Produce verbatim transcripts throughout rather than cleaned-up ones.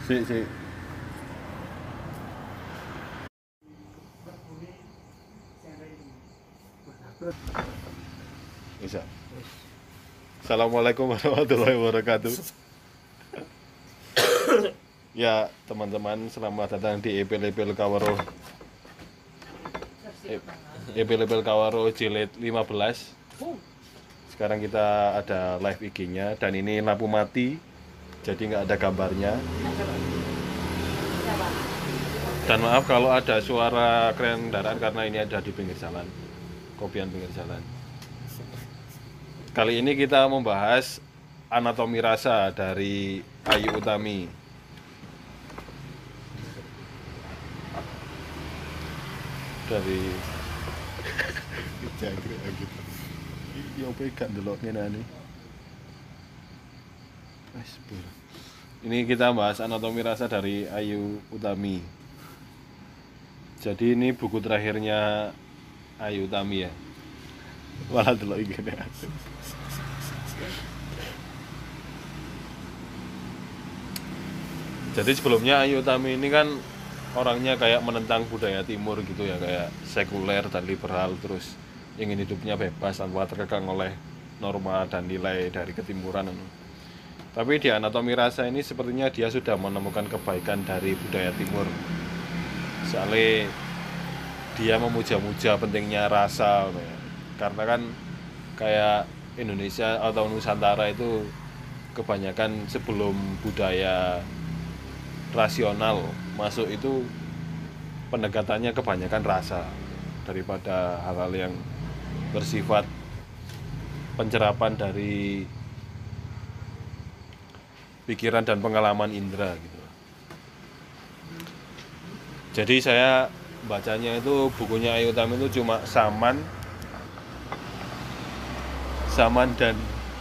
Si si. Bisa. Assalamualaikum warahmatullahi wabarakatuh. Ya teman-teman, selamat datang di Epel-Epel Kawaro. Epel-Epel Kawaro jilid lima belas. Sekarang kita ada live I G-nya dan ini lampu mati, jadi nggak ada gambarnya. Dan maaf kalau ada suara kendaraan karena ini ada di pinggir jalan, kopian pinggir jalan. Kali ini kita membahas anatomi rasa dari Ayu Utami. Dari jangkrik gitu. Ya apa gak ndelok ngene ane. Wes, ini kita bahas anatomi rasa dari Ayu Utami. Jadi ini buku terakhirnya Ayu Utami ya. Malah delok iki ya. Jadi sebelumnya Ayu Utami ini kan orangnya kayak menentang budaya timur gitu ya, kayak sekuler dan liberal, terus ingin hidupnya bebas tanpa terkekang oleh norma dan nilai dari ketimuran. Tapi di anatomi rasa ini sepertinya dia sudah menemukan kebaikan dari budaya timur. Soalnya dia memuja-muja pentingnya rasa, karena kan kayak Indonesia atau Nusantara itu kebanyakan sebelum budaya rasional masuk itu pendekatannya kebanyakan rasa daripada hal-hal yang bersifat pencerapan dari pikiran dan pengalaman indera gitu. Jadi saya bacanya itu bukunya Ayu Utami itu cuma Saman Saman dan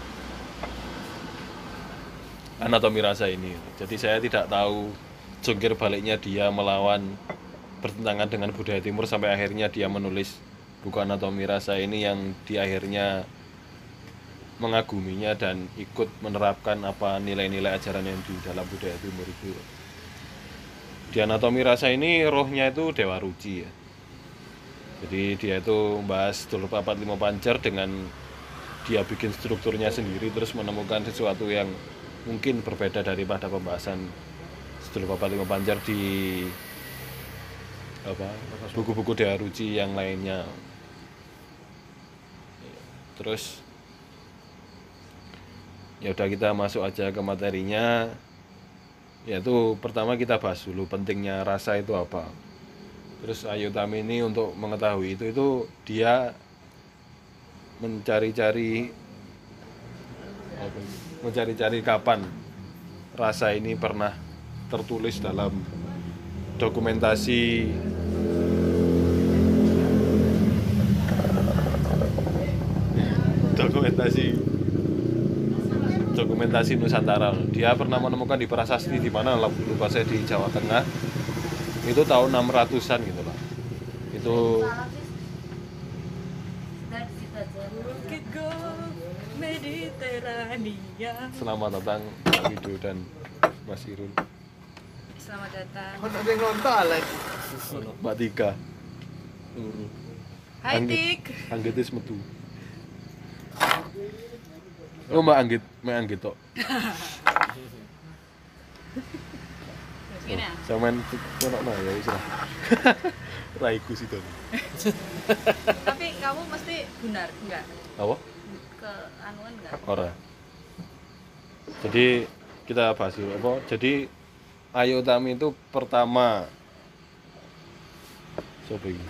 anatomi rasa ini. Jadi saya tidak tahu jungkir baliknya dia melawan bertentangan dengan budaya timur sampai akhirnya dia menulis buku anatomi rasa ini yang di akhirnya mengaguminya dan ikut menerapkan apa nilai-nilai ajaran yang di dalam budaya timur itu. Di anatomi rasa ini rohnya itu Dewa Ruci ya. Jadi dia itu membahas dulur papat lima pancer dengan dia bikin strukturnya sendiri, terus menemukan sesuatu yang mungkin berbeda daripada pembahasan sedulur papat lima pancer di apa buku-buku Dewa Ruci yang lainnya. Terus ya udah, kita masuk aja ke materinya. Yaitu pertama kita bahas dulu pentingnya rasa itu apa. Terus Ayu Utami ini untuk mengetahui itu itu dia mencari-cari mencari-cari kapan rasa ini pernah tertulis dalam dokumentasi dokumentasi dokumentasi Nusantara. Dia pernah menemukan di prasasti di mana lupa saya, di Jawa Tengah. Itu tahun enam ratusan gitu lah. Itu selamat datang Pak Wido dan Mas Irul. Selamat datang. Kok ada yang nonton lagi? Mbak Tika. Hai Tik. Anggit wis metu. Oh Mbak Anggit, Mbak Anggit tok. Gini ya? Sampeyan kono ya wis lah. Raiku sih tuh. Tapi kamu mesti benar enggak? Apa? Ke anuan enggak? Ora. Jadi kita bahas dulu apa? Jadi Ayu Utami itu pertama Sopo iki?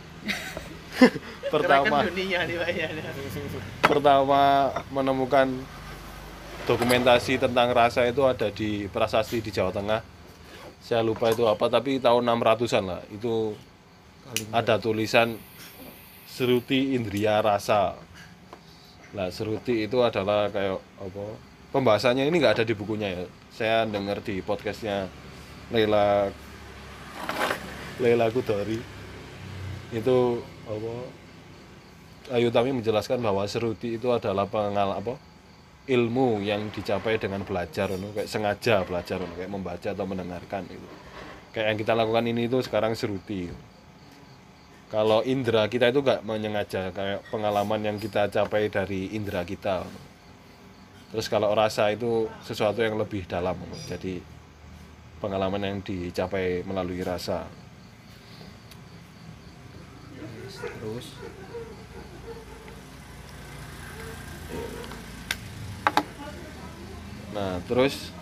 pertama dunia nih Pak ya. pertama menemukan dokumentasi tentang rasa itu ada di prasasti di Jawa Tengah. Saya lupa itu apa, tapi tahun enam ratusan lah. Itu ada tulisan Seruti Indria Rasa. Nah, seruti itu adalah kayak apa? Pembahasannya ini nggak ada di bukunya ya. Saya dengar di podcastnya Leila Leila Kudori. Itu apa? Ayu Utami menjelaskan bahwa seruti itu adalah pengal apa? ilmu yang dicapai dengan belajar, no? Kayak sengaja belajar, no? Kayak membaca atau mendengarkan gitu. Kayak yang kita lakukan ini itu sekarang seruti. Kalau indera kita itu gak menyengaja, kayak pengalaman yang kita capai dari indera kita. No? Terus kalau rasa itu sesuatu yang lebih dalam, no? Jadi pengalaman yang dicapai melalui rasa. Terus Nah, terus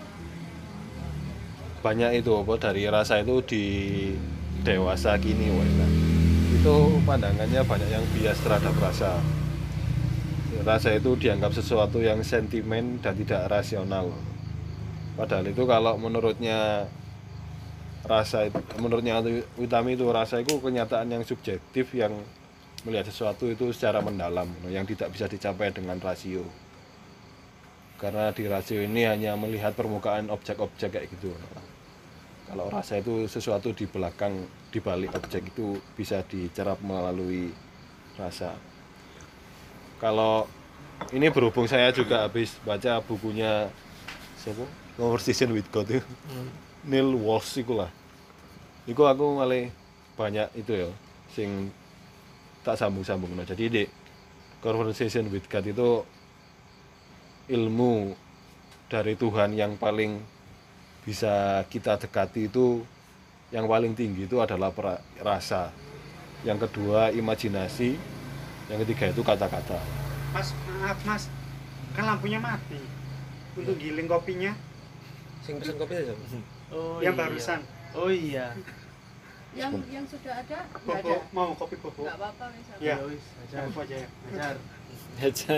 banyak itu apa dari rasa itu di dewasa kini, woy, kan. Itu pandangannya banyak yang bias terhadap rasa. Rasa itu dianggap sesuatu yang sentimen dan tidak rasional. Padahal itu kalau menurutnya rasa itu, menurutnya Utami itu rasa itu kenyataan yang subjektif yang melihat sesuatu itu secara mendalam, yang tidak bisa dicapai dengan rasio. Karena di rasio ini hanya melihat permukaan objek-objek kayak gitu. Kalau rasa itu sesuatu di belakang, di balik objek itu bisa dicerap melalui rasa. Kalau ini berhubung saya juga habis baca bukunya siapa? Conversation with God itu. Hmm. Neil Walsh iku lah. Iku aku malah banyak itu ya sing tak sambung-sambung. Nah, jadi di Conversation with God itu ilmu dari Tuhan yang paling bisa kita dekati itu, yang paling tinggi itu adalah rasa, yang kedua imajinasi, yang ketiga itu kata-kata. Mas, maaf mas, kan lampunya mati untuk giling kopinya. Sing pesen kopi aja. Oh, yang iya. barusan. Oh iya. Yang yang sudah ada nggak Bobo, ada. mau kopi bobo? Nggak apa-apa misalnya. Ya, Ya wis, ajar. bobo aja ya. Ajar. Aja.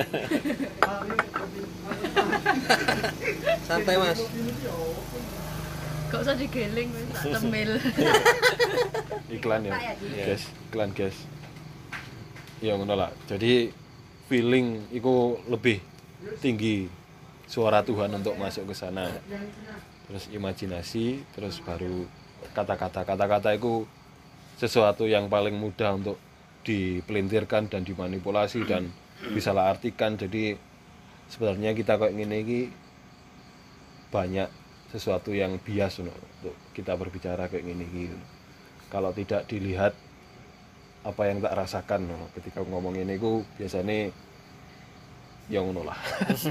Santai mas. Gak usah digeling wis tak temil. Iklan ya, Pak ya, Di? guys, iklan guys. Ya ngono lah. Jadi feeling itu lebih tinggi suara Tuhan untuk masuk ke sana. Terus imajinasi, terus baru kata-kata. Kata-kata itu sesuatu yang paling mudah untuk dipelintirkan dan dimanipulasi dan disalah artikan. Jadi sebenarnya kita kayak gini ini banyak sesuatu yang bias untuk kita berbicara kayak gini gitu. Kalau tidak dilihat apa yang tak rasakan ketika ngomong ini ku biasanya yang ngono lah.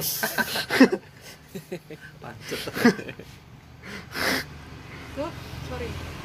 Lanjut. Tuh, sorry.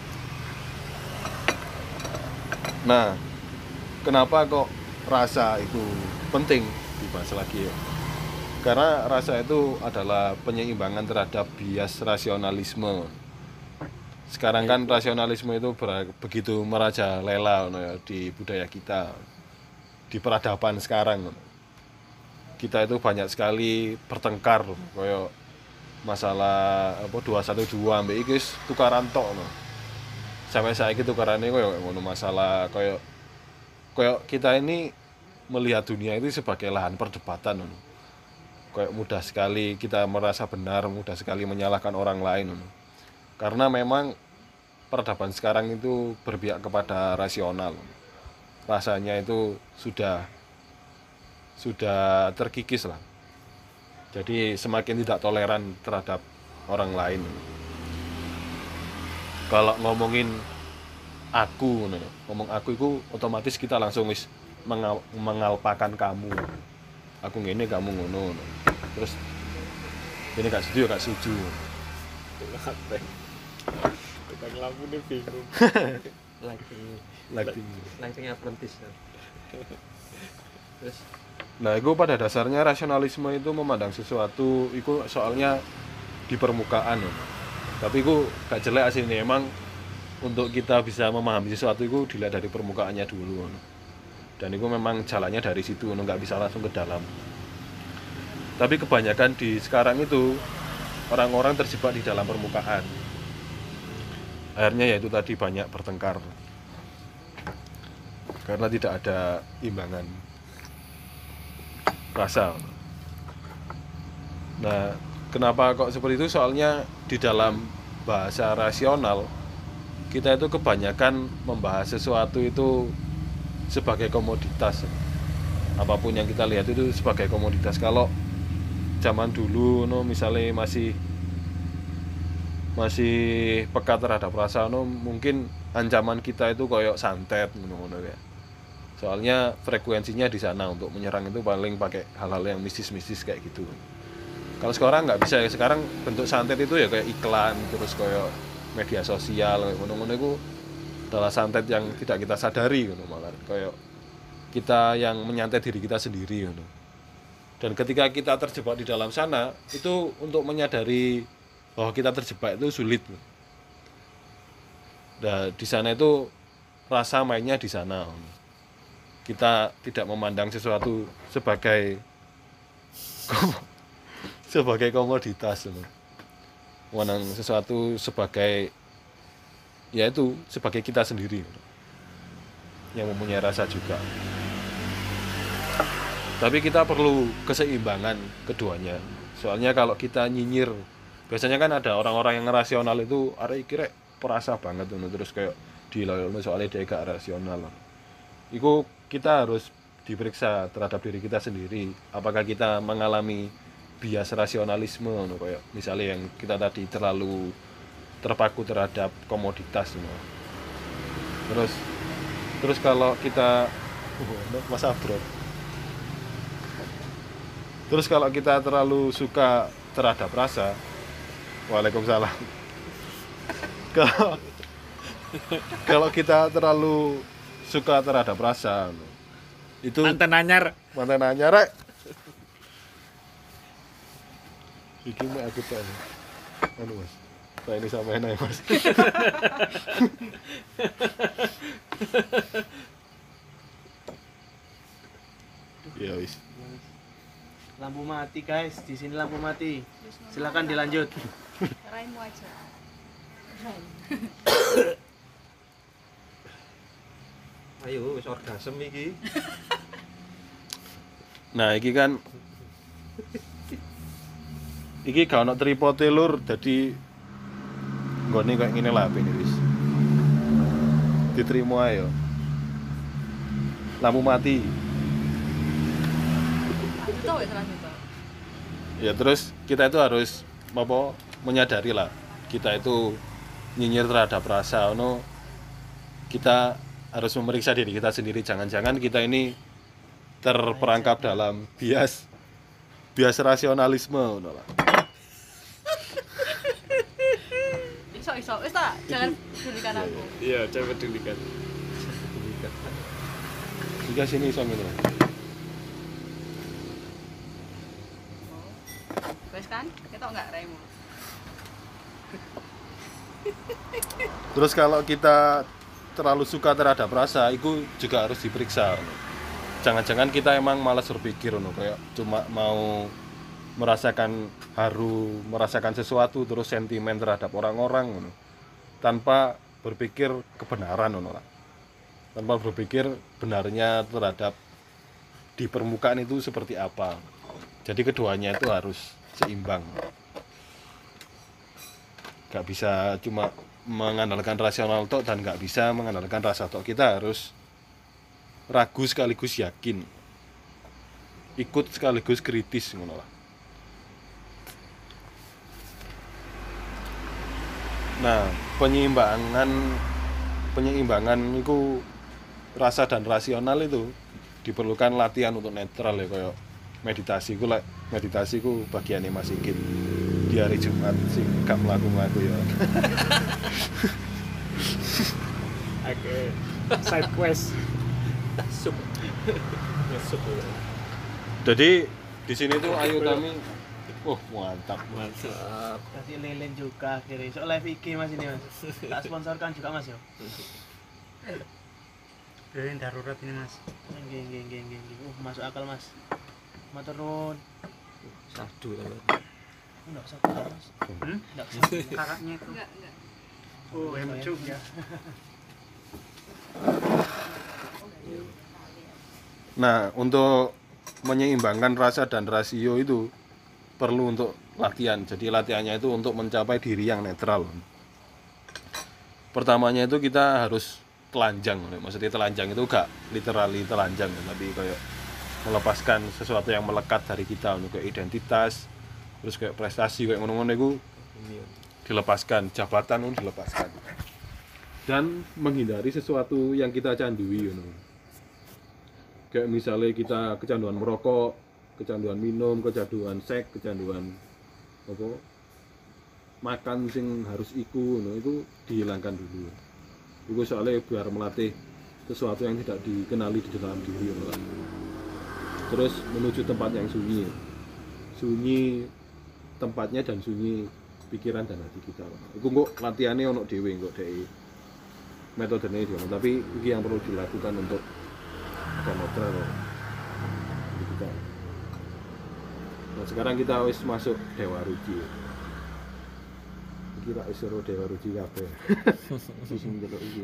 Nah, kenapa kok rasa itu penting dibahas lagi ya? Karena rasa itu adalah penyeimbangan terhadap bias rasionalisme. Sekarang kan rasionalisme itu ber- begitu merajalela no, ya, di budaya kita, di peradaban sekarang. No. Kita itu banyak sekali bertengkar, kayak masalah apa dua satu dua ambek iki wis tukaran tok no. Sampai saiki tukarane koyo ngono masalah kayak kayak kita ini melihat dunia itu sebagai lahan perdebatan no. Kayak mudah sekali kita merasa benar, mudah sekali menyalahkan orang lain no. Karena memang peradaban sekarang itu berpihak kepada rasional. Rasanya itu sudah sudah terkikis lah. Jadi semakin tidak toleran terhadap orang lain. Kalau ngomongin aku, ngomong aku itu otomatis kita langsung wis mengal- mengalpakan kamu. Aku ngene, kamu ngono. Terus ini gak setuju, gak setuju. Tukang lampu nih bingung. Lighting, Lagi. lighting apprentice. Terus Nah, itu pada dasarnya rasionalisme itu memandang sesuatu itu soalnya di permukaan. Ya. Tapi itu gak jelek aslinya, emang untuk kita bisa memahami sesuatu itu dilihat dari permukaannya dulu. Dan itu memang jalannya dari situ, nggak bisa langsung ke dalam. Tapi kebanyakan di sekarang itu orang-orang terjebak di dalam permukaan. Akhirnya yaitu tadi banyak bertengkar karena tidak ada imbangan rasa. Nah, kenapa kok seperti itu? Soalnya di dalam bahasa rasional kita itu kebanyakan membahas sesuatu itu sebagai komoditas. Apapun yang kita lihat itu sebagai komoditas. Kalau zaman dulu no misalnya masih masih peka terhadap rasa no mungkin ancaman kita itu koyok santet ngono-ngono ya. Soalnya frekuensinya di sana untuk menyerang itu paling pakai hal-hal yang mistis-mistis kayak gitu. Kalau sekarang nggak bisa ya, sekarang bentuk santet itu ya kayak iklan terus koyok media sosial ngono-ngono itu adalah santet yang tidak kita sadari ngono malah koyok kita yang menyantet diri kita sendiri ngono. Dan ketika kita terjebak di dalam sana itu untuk menyadari bahwa kita terjebak itu sulit. Nah, di sana itu rasa mainnya di sana. Kita tidak memandang sesuatu sebagai sebagai komoditas. Memandang sesuatu sebagai yaitu sebagai kita sendiri yang mempunyai rasa juga. Tapi kita perlu keseimbangan keduanya. Soalnya kalau kita nyinyir, biasanya kan ada orang-orang yang rasional itu arek iki rek perasa banget ngono terus kayak dilalui soalnya dia gak rasional. Iku kita harus diperiksa terhadap diri kita sendiri, apakah kita mengalami bias rasionalisme ngono kayak misalnya yang kita tadi terlalu terpaku terhadap komoditas ngono. Terus terus kalau kita uh, Mas Abro. Terus kalau kita terlalu suka terhadap rasa, waalaikumsalam. Kalau kalau kita terlalu suka terhadap rasa, itu Mantan anyar. mantan anyar rek. Iki mah aku tak. Anu Mas. Nah ini sama enak ya Mas. Ya wis. Lampu mati guys, di sini lampu mati. Silakan dilanjut. Raimu aja. Raim. Ayo wis orgasme iki. Nah, iki kan iki gak ono tripote lur, dadi nggone kayak ngene lah ini wis. Diterima ae yo. Lampu mati. Tahu ya terlanjut. Ya terus kita itu harus apa menyadari lah kita itu nyinyir terhadap rasa ono kita harus memeriksa diri kita sendiri, jangan-jangan kita ini terperangkap dalam bias bias rasionalisme ono lah. Iso iso, wis tak jangan pedulikan aku. Iya, coba pedulikan. Jika sini iso ngene. Wis kan? Ketok enggak raimu? Terus kalau kita terlalu suka terhadap rasa, itu juga harus diperiksa. Jangan-jangan kita emang malas berpikir, no, kayak cuma mau merasakan haru, merasakan sesuatu, terus sentimen terhadap orang-orang, no, tanpa berpikir kebenaran, no, tanpa berpikir benarnya terhadap di permukaan itu seperti apa. Jadi keduanya itu harus seimbang. Gak bisa cuma mengandalkan rasional tok dan gak bisa mengandalkan rasa tok. Kita harus ragu sekaligus yakin, ikut sekaligus kritis ngono lah. Nah, penyeimbangan penyeimbangan itu rasa dan rasional itu diperlukan latihan untuk netral ya, kayak meditasi ku, like, meditasi ku bagiannya Mas Sigit di hari Jumat sih gak melaku-melaku ya. Oke. Side quest. Sup. Ngesup. Jadi di sini tuh Ayu kami, oh mantap. Mantap. Kasih lilin juga akhirnya. So live I G Mas ini Mas. Tak sponsorkan juga Mas yo. Lilin darurat ini Mas. Nggih nggih nggih nggih. Uh, masuk akal Mas. Matur nuwun. Sadu to. Enggak usah Mas. Hmm? Enggak usah. Kakaknya itu. Enggak, enggak. Oh, hebat juga. Nah, untuk menyeimbangkan rasa dan rasio itu perlu untuk latihan. Jadi latihannya itu untuk mencapai diri yang netral. Pertamanya itu kita harus telanjang. Maksudnya telanjang itu gak literally telanjang, tapi kayak melepaskan sesuatu yang melekat dari kita untuk ke identitas, terus kayak prestasi kayak ngono-ngono iku dilepaskan, jabatan pun dilepaskan. Dan menghindari sesuatu yang kita candui ngono. Kayak misalnya kita kecanduan merokok, kecanduan minum, kecanduan seks, kecanduan apa makan sing harus iku ngono itu dihilangkan dulu. Itu soalnya biar melatih sesuatu yang tidak dikenali di dalam diri ngono. Terus menuju tempat yang sunyi. Sunyi tempatnya dan sunyi pikiran dan hati kita. Iku kok latihannya ono dhewe kok dhek metodenya itu, tapi ini yang perlu dilakukan untuk kontra loh. Gitu. Nah sekarang kita wis masuk Dewa Ruci. Kira wis seru Dewa Ruci kabeh. Sing delok iki.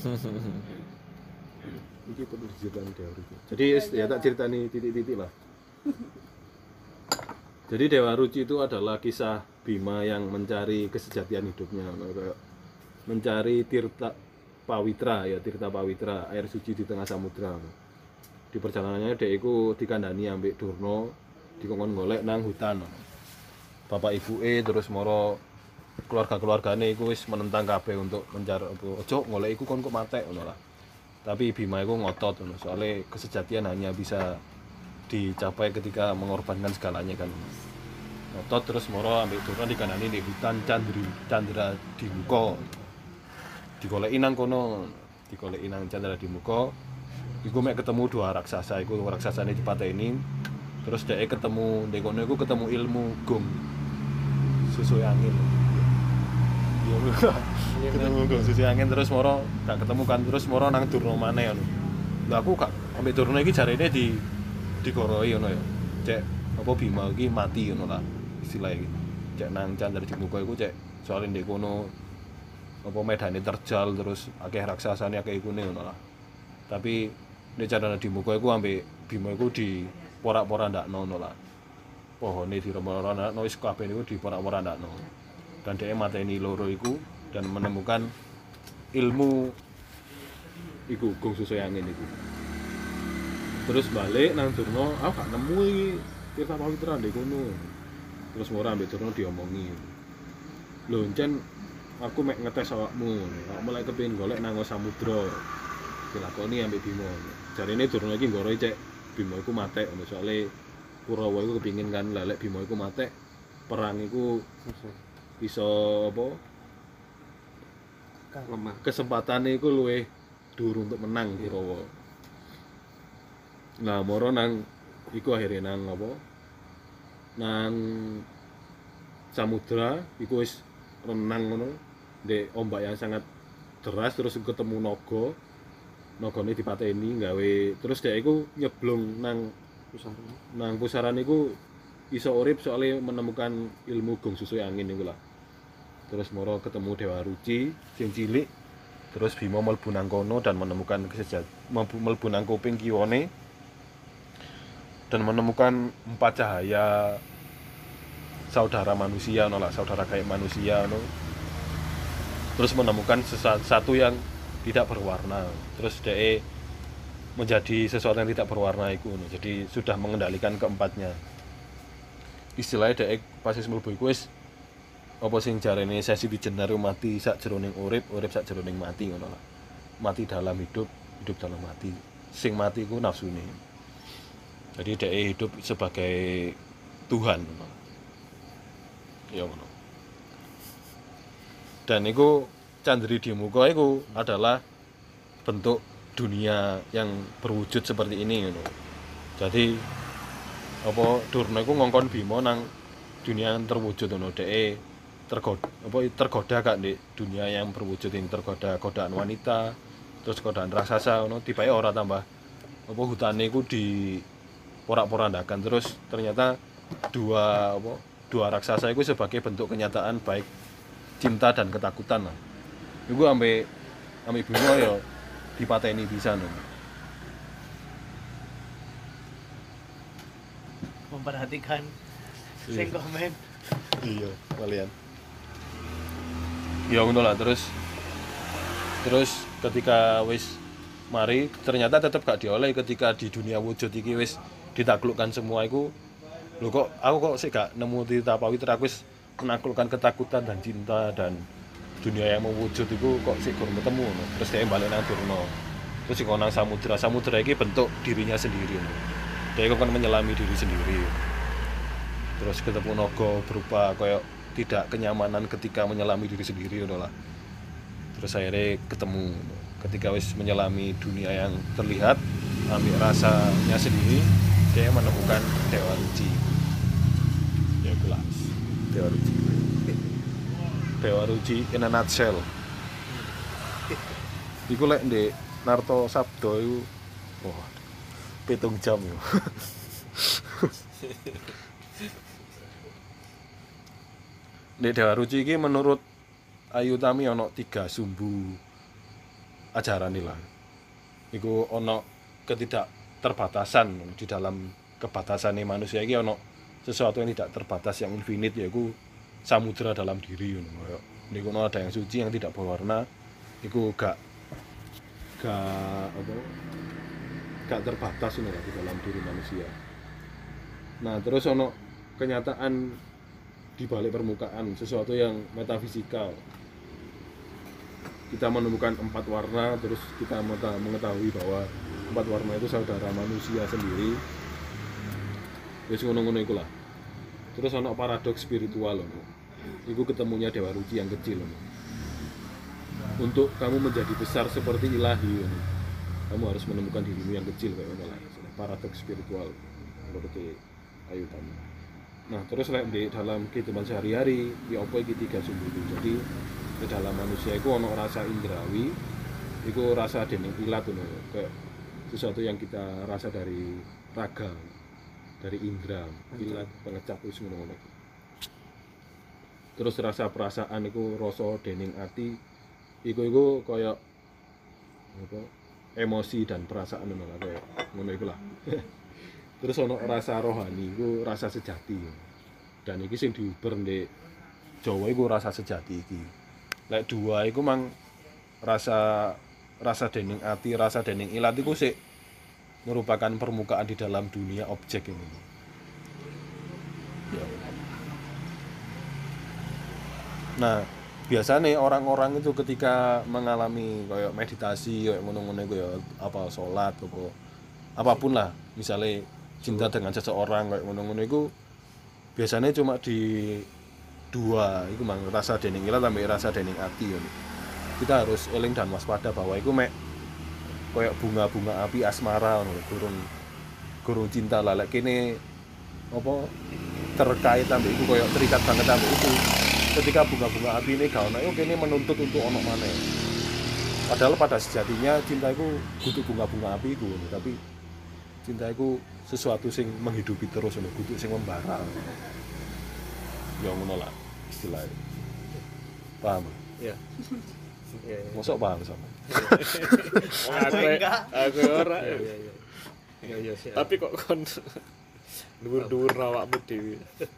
Iki perlu diceritain Dewa Ruci. Jadi ya tak ceritani titik-titik lah. Jadi Dewa Ruci itu adalah kisah Bima yang mencari kesejatian hidupnya, mencari tirta pawitra ya tirta pawitra, air suci di tengah samudra. Di perjalanannya dek iku dikandani ambek Durna, dikongkon golek nang hutan. Bapak ibuke terus moro keluarga-keluargane iku wis menentang kabeh untuk mencari apa ojo golek iku kon kok matek ngono lah. Tapi Bima iku ngotot ngono, soalnya kesejatian hanya bisa dicapai ketika mengorbankan segalanya kan. Ngotot terus moro ambek Durna dikandani di hutan Candri Candra Dimuka. Digoleki nang kono, digoleki nang Candra Dimuka. Iku mek ketemu dua raksasa, iku raksasane dipateni. Terus dhek ketemu ndek kono iku ketemu ilmu gong susu angin. Iya ketemu gong susu angin terus moro gak ketemu kan terus moro nang Durna maneh ngono. Lah aku gak ambek Durna iki jarene di digoroi ngono ya. Cek apa Bima iki mati ngono lah istilahnya iki. Cek nang Candra Dimuka iku cek soalnya ndek kono apa medane terjal terus akeh raksasane akeh ikune ngono lah. Tapi nek Candra Dimuka iku ambek Bima iku di porak-porandakno ngono lah. Pohone diremorana wis kabeh niku di porak-porandakno. Dan dhek mateni loro iku dan menemukan ilmu iku gong susu angin iku. Terus balik nang Durna, aku gak nemu iki tirta pawitra ndek kono. Terus ora ambek Durna diomongi. Lho encen aku mek ngetes awakmu, aku mulai kepengin golek nang samudra. Dilakoni ambek Bima. Jarine Durna iki nggoroi cek Bima iku matek ngono soalé Kurawa iku kepengin kan lelek Bima iku matek, perang iku iso apa? Lemah. Kesempatane iku luwih dhuwur untuk menang Kurawa. Nah, moro nang iku akhire nang apa? Nang samudra iku wis renang ngono ndek ombak yang sangat deras terus ketemu naga. Nagane dipateni gawe terus dhek iku nyeblong nang pusaran. Nang pusaran iku iso urip soalnya menemukan ilmu gong susu angin iku lah. Terus moro ketemu Dewa Ruci sing cilik. Terus Bima mlebu nang kono dan menemukan kesejat mlebu nang kuping kiwane dan menemukan empat cahaya saudara manusia no lah, saudara kayak manusia no. Terus menemukan sesuatu yang tidak berwarna. Terus dia menjadi sesuatu yang tidak berwarna itu no. Jadi sudah mengendalikan keempatnya. Istilahnya dia pas wis mlebu iku wis apa sing jarene sesi dijenar mati sak jroning urip, urip sak jroning mati ngono lah. Mati dalam hidup, hidup dalam mati. Sing mati iku nafsune. Jadi dia hidup sebagai Tuhan. Ya ngono. Dan itu Candri Dimuka itu adalah bentuk dunia yang berwujud seperti ini ngono. Jadi apa Durna iku ngongkon Bima nang dunia yang terwujud ngono. Dhek tergoda apa tergoda gak di dunia yang berwujud ini, tergoda godaan wanita, terus godaan raksasa ngono, tibae ora tambah apa hutane iku di porak-porandakan. Terus ternyata dua apa dua raksasa itu sebagai bentuk kenyataan baik cinta dan ketakutan lah. Iku ambek ambek Bima ya dipateni pisan. Memperhatikan sing komen. Iya, kalian. Ya ngono lah terus terus ketika wis mari ternyata tetap gak dioleh ketika di dunia wujud iki wis ditaklukkan semua iku Lho kok aku kok sih gak nemu di Tapawitra, aku wis menaklukkan ketakutan dan cinta dan dunia yang mewujud itu kok sih kurang ketemu no. Terus dia balik nang Durna. Terus sing nang samudra, samudra iki bentuk dirinya sendiri no. Dia kan menyelami diri sendiri. Terus ketemu naga berupa kayak tidak kenyamanan ketika menyelami diri sendiri ngono lah. Terus akhirnya ketemu ketika wis menyelami dunia yang terlihat, ambil rasanya sendiri, dia menemukan Dewa Ruci. Ya kelas. Dewa Ruci. Dewa Ruci in a nutshell. Iku lek ndek Narto Sabdo iku wah pitung jam yo. Ndek Dewa Ruci iki menurut Ayu Tami ana tiga sumbu ajaran lah. Iku ana ketidakterbatasan di dalam kebatasane manusia iki ana sesuatu yang tidak terbatas yang infinite yaitu samudra dalam diri ngono. Niku ada yang suci yang tidak berwarna iku gak gak apa gak terbatas ngono di dalam diri manusia. Nah, terus ono kenyataan di balik permukaan, sesuatu yang metafisikal. Kita menemukan empat warna, terus kita mengetahui bahwa empat warna itu saudara manusia sendiri. Wis ngono-ngono iku lah. Terus ono paradoks spiritual loh. Iku ketemunya Dewa Ruci yang kecil loh. Untuk kamu menjadi besar seperti ilahi loh. Kamu harus menemukan dirimu yang kecil kayak ngono lah. Paradoks spiritual menurut Ayu Tami. Nah, terus like, di dalam kehidupan sehari-hari, di opo iki tiga sumbu itu. Jadi di dalam manusia itu ono rasa indrawi, itu rasa dening ilat loh. Kayak sesuatu yang kita rasa dari raga, dari indra, ilat, pengecap wis ngono-ngono. Terus rasa perasaan iku rasa dening ati, iku iku kaya apa? Emosi dan perasaan ngono lah kaya ngono iku lah. Terus ono rasa rohani iku rasa sejati. Dan iki sing diuber ndek Jawa iku rasa sejati iki. Lek dua iku mang rasa rasa dening ati, rasa dening ilat iku sik merupakan permukaan di dalam dunia objek ini. Ya. Nah, biasanya orang-orang itu ketika mengalami kayak meditasi, kayak ngono-ngono kayak apa sholat, apa apapun lah, misalnya cinta dengan seseorang kayak ngono-ngono itu biasanya cuma di dua, itu mang rasa dening ilat sampai rasa dening ati. Kita harus eling dan waspada bahwa itu mek kayak bunga-bunga api asmara ngono, gurung gurung cinta lah lek kene apa terkait ambek iku kayak terikat banget ambek itu. Ketika bunga-bunga api ini gak ono, yo kene menuntut untuk ono maneh. Padahal pada sejatinya cinta itu kudu bunga-bunga api iku, tapi cinta itu sesuatu sing menghidupi terus ngono, kudu sing membara. Ya ngono lah istilahnya. Paham? Iya. Iya. Mosok paham sama. Aku aku ora. Iya iya. Iya iya sih. Tapi kok kon dhuwur-dhuwur awakmu dhewe.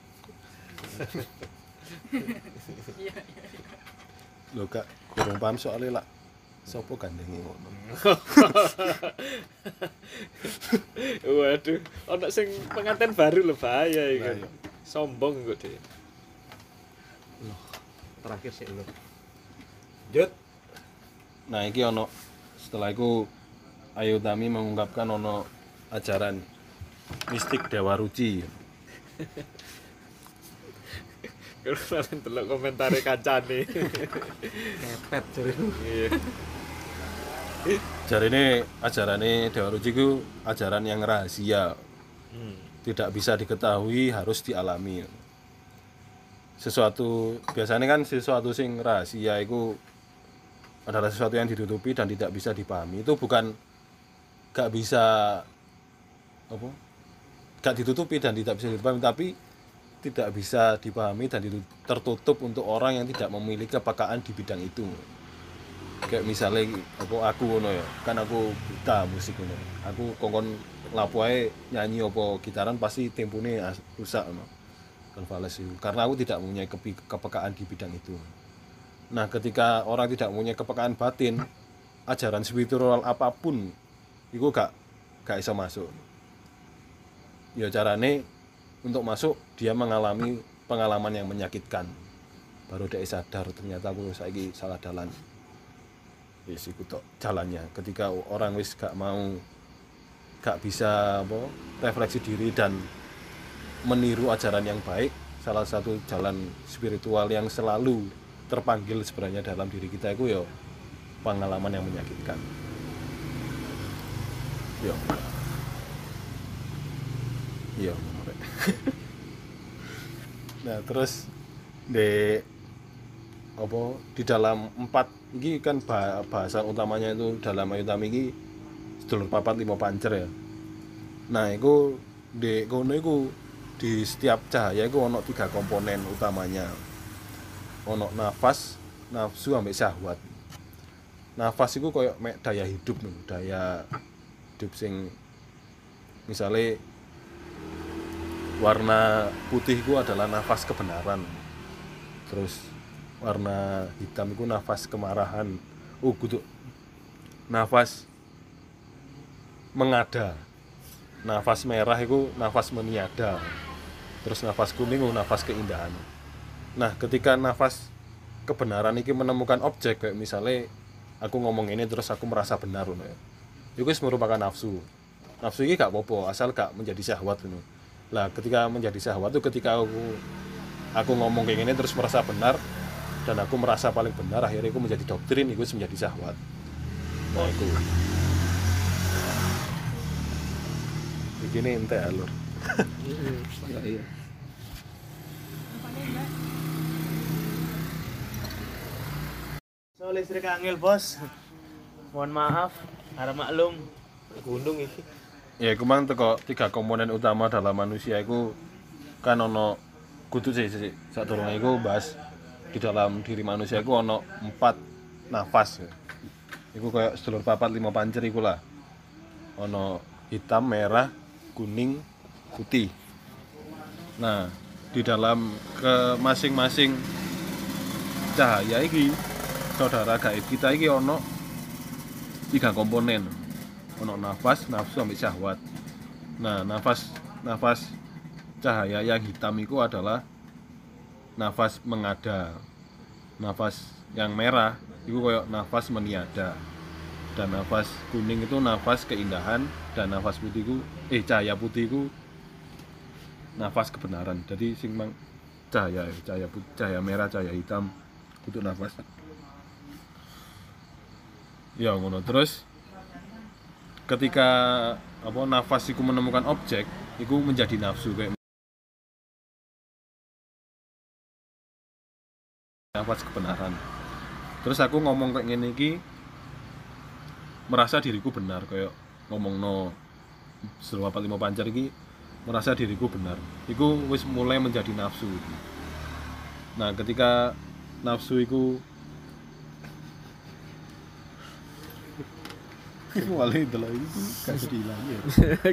Lho Kak, kurang paham soalnya lah. Sopo gandengi ngono. Waduh, ana sing pengantin baru lho bahaya iki. Nah, iya. Sombong kok dhewe. Loh, terakhir sih lo. Jut. Nah, iki ono setelah itu Ayu Tami mengungkapkan ono ajaran mistik Dewa Ruci. Kalau kalian delok komentare kancane. Kepet jare. Iya. Jarine ajarane Dewa Ruci ku ajaran yang rahasia. Hmm. Tidak bisa diketahui, harus dialami. Sesuatu biasanya kan sesuatu sing rahasia itu adalah sesuatu yang ditutupi dan tidak bisa dipahami. Itu bukan gak bisa apa? Gak ditutupi dan tidak bisa dipahami, tapi tidak bisa dipahami dan tertutup untuk orang yang tidak memiliki kepekaan di bidang itu. Kayak misalnya apa aku ngono ya, kan aku buta musik ngono. Aku kongkon lapo ae nyanyi apa gitaran pasti tempone rusak ngono. Kan fales itu. Karena aku tidak mempunyai kepekaan di bidang itu. Nah, ketika orang tidak mempunyai kepekaan batin, ajaran spiritual apapun itu gak gak iso masuk. Ya carane untuk masuk dia mengalami pengalaman yang menyakitkan. Baru dia sadar ternyata aku saiki salah dalan. Wis iku tok jalannya. Ketika orang wis gak mau gak bisa apa refleksi diri dan meniru ajaran yang baik, salah satu jalan spiritual yang selalu terpanggil sebenarnya dalam diri kita itu ya pengalaman yang menyakitkan. Yo. Yo. Nah, terus di apa di dalam empat ini kan bahasan utamanya itu dalam Ayu Tami ini sedulur papat lima pancer ya. Nah, itu di kono itu di setiap cahaya itu ono tiga komponen utamanya. Ono nafas, nafsu, ambek syahwat. Nafas itu koyo mek daya hidup nih, daya hidup sing misalnya warna putih itu adalah nafas kebenaran. Terus warna hitam itu nafas kemarahan. Oh, kudu nafas mengada. Nafas merah itu nafas meniada. Terus nafas kuning itu nafas keindahan. Nah, ketika nafas kebenaran ini menemukan objek, kayak misalnya aku ngomong ini terus aku merasa benar loh ya. Itu merupakan nafsu. Nafsu ini gak apa-apa, asal gak menjadi syahwat loh. Lah, ketika menjadi syahwat itu ketika aku aku ngomong kayak gini terus merasa benar dan aku merasa paling benar, akhirnya aku menjadi doktrin, itu menjadi syahwat. Nah, itu. Begini ente alur. Iya, iya. So listrik angel bos. Mohon maaf, harap maklum. Gundung iki. Ya, kemang teko tiga komponen utama dalam manusia itu kan ono kudu sih sih saat turun itu bahas di dalam diri manusia itu ono empat nafas ya. Iku kayak sedulur papat lima pancer iku lah. Ono hitam, merah, kuning, putih. Nah, di dalam ke masing-masing cahaya iki saudara gaib kita iki ono tiga komponen. Ono nafas, nafsu, sampai syahwat. Nah, nafas nafas cahaya yang hitam itu adalah nafas mengada. Nafas yang merah itu kayak nafas meniada. Dan nafas kuning itu nafas keindahan, dan nafas putih itu eh cahaya putih itu nafas kebenaran. Jadi sing mang cahaya cahaya putih, cahaya merah, cahaya hitam itu nafas. Ya ngono. Terus ketika apa nafas itu menemukan objek, itu menjadi nafsu kayak nafas kebenaran. Terus aku ngomong kayak gini iki merasa diriku benar, kayak ngomong no sedulur papat lima pancer iki merasa diriku benar. Iku wis mulai menjadi nafsu. Nah, ketika nafsu iku wale delok iki gak sedih lagi ya.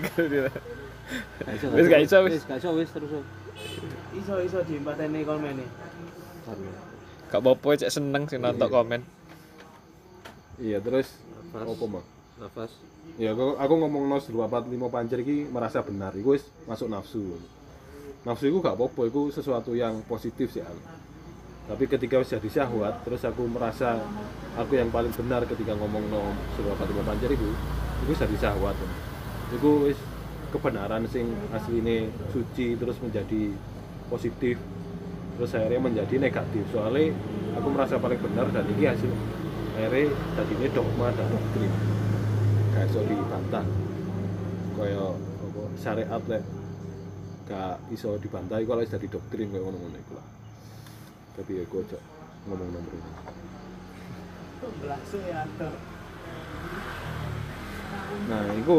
Wis gak iso wis. Wis gak iso wis terus. Iso iso diempateni komene. Gak apa-apa cek seneng sing nonton komen. Iya, terus Nafas. apa mah? Nafas. Ya aku, aku ngomong no sedulur papat lima pancer iki merasa benar. Iku wis masuk nafsu. Nafsu iku gak apa-apa, iku sesuatu yang positif sih. Tapi ketika wis jadi syahwat, terus aku merasa aku yang paling benar ketika ngomong no sedulur papat lima pancer iku, iku jadi syahwat. Iku wis kebenaran sing asline suci terus menjadi positif. Terus akhirnya menjadi negatif. Soalnya aku merasa paling benar dan ini hasil akhirnya tadi ini dogma dan doktrin. Gak iso dibantah. Kaya apa syariat lek gak iso dibantah kalau wis dadi doktrin kaya ngono-ngono iku lah. Tapi ya gue aja ngomong nomor ini. Langsung ya tuh. Nah, itu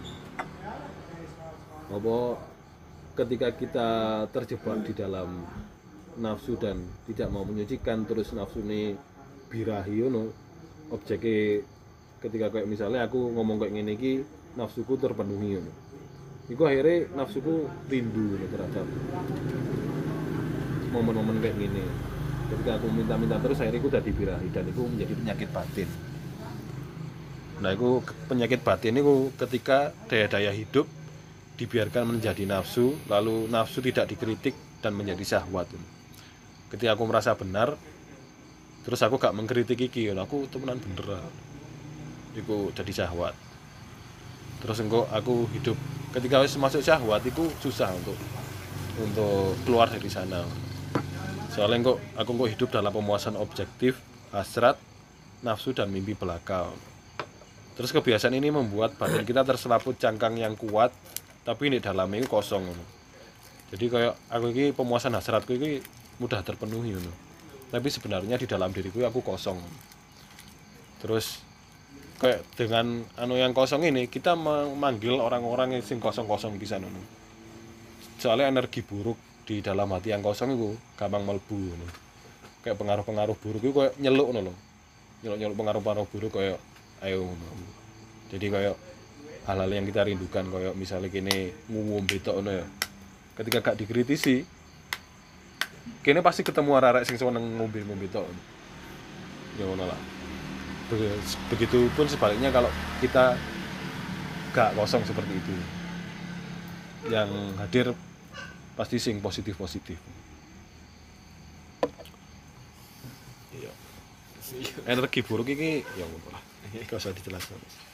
apa ketika kita terjebak di dalam nafsu dan tidak mau menyucikan, terus nafsu ini birahi ngono objeknya, ketika kayak misalnya aku ngomong kayak gini iki nafsuku terpenuhi ngono. Iku akhirnya nafsuku rindu ngono terhadap momen-momen kayak gini. Ketika aku minta-minta terus akhirnya aku udah dibirahi dan itu menjadi penyakit batin. Nah, itu penyakit batin itu ketika daya-daya hidup dibiarkan menjadi nafsu, lalu nafsu tidak dikritik dan menjadi syahwat. Ketika aku merasa benar, terus aku gak mengkritik iki, aku temenan bener, iku jadi syahwat. Terus engko aku hidup ketika wis masuk syahwat, iku susah untuk untuk keluar dari sana. Soalnya engko aku engko hidup dalam pemuasan objektif, hasrat, nafsu dan mimpi belaka. Terus kebiasaan ini membuat badan kita terselaput cangkang yang kuat, tapi di dalamnya itu kosong. Jadi kayak aku ini pemuasan hasratku ini mudah terpenuhi, tapi sebenarnya di dalam diriku aku kosong. Terus kayak dengan anu yang kosong ini kita memanggil orang-orang yang sing kosong-kosong di sana. Soalnya energi buruk di dalam hati yang kosong itu gampang melebu. Kayak pengaruh-pengaruh buruk itu kayak nyeluk loh. Nyeluk-nyeluk pengaruh-pengaruh buruk kayak ayo. Jadi kayak hal-hal yang kita rindukan kayak misalnya gini ngombe tok ngono ya. Ketika gak dikritisi, kene pasti ketemu arek-arek sing seneng ngombe-ngombe tok. Ya ngono lah. Begitupun sebaliknya kalau kita gak kosong seperti itu. Yang hadir pasti sing positif-positif. Iya. Energi buruk ini ya ngono lah. Gak usah dijelaskan.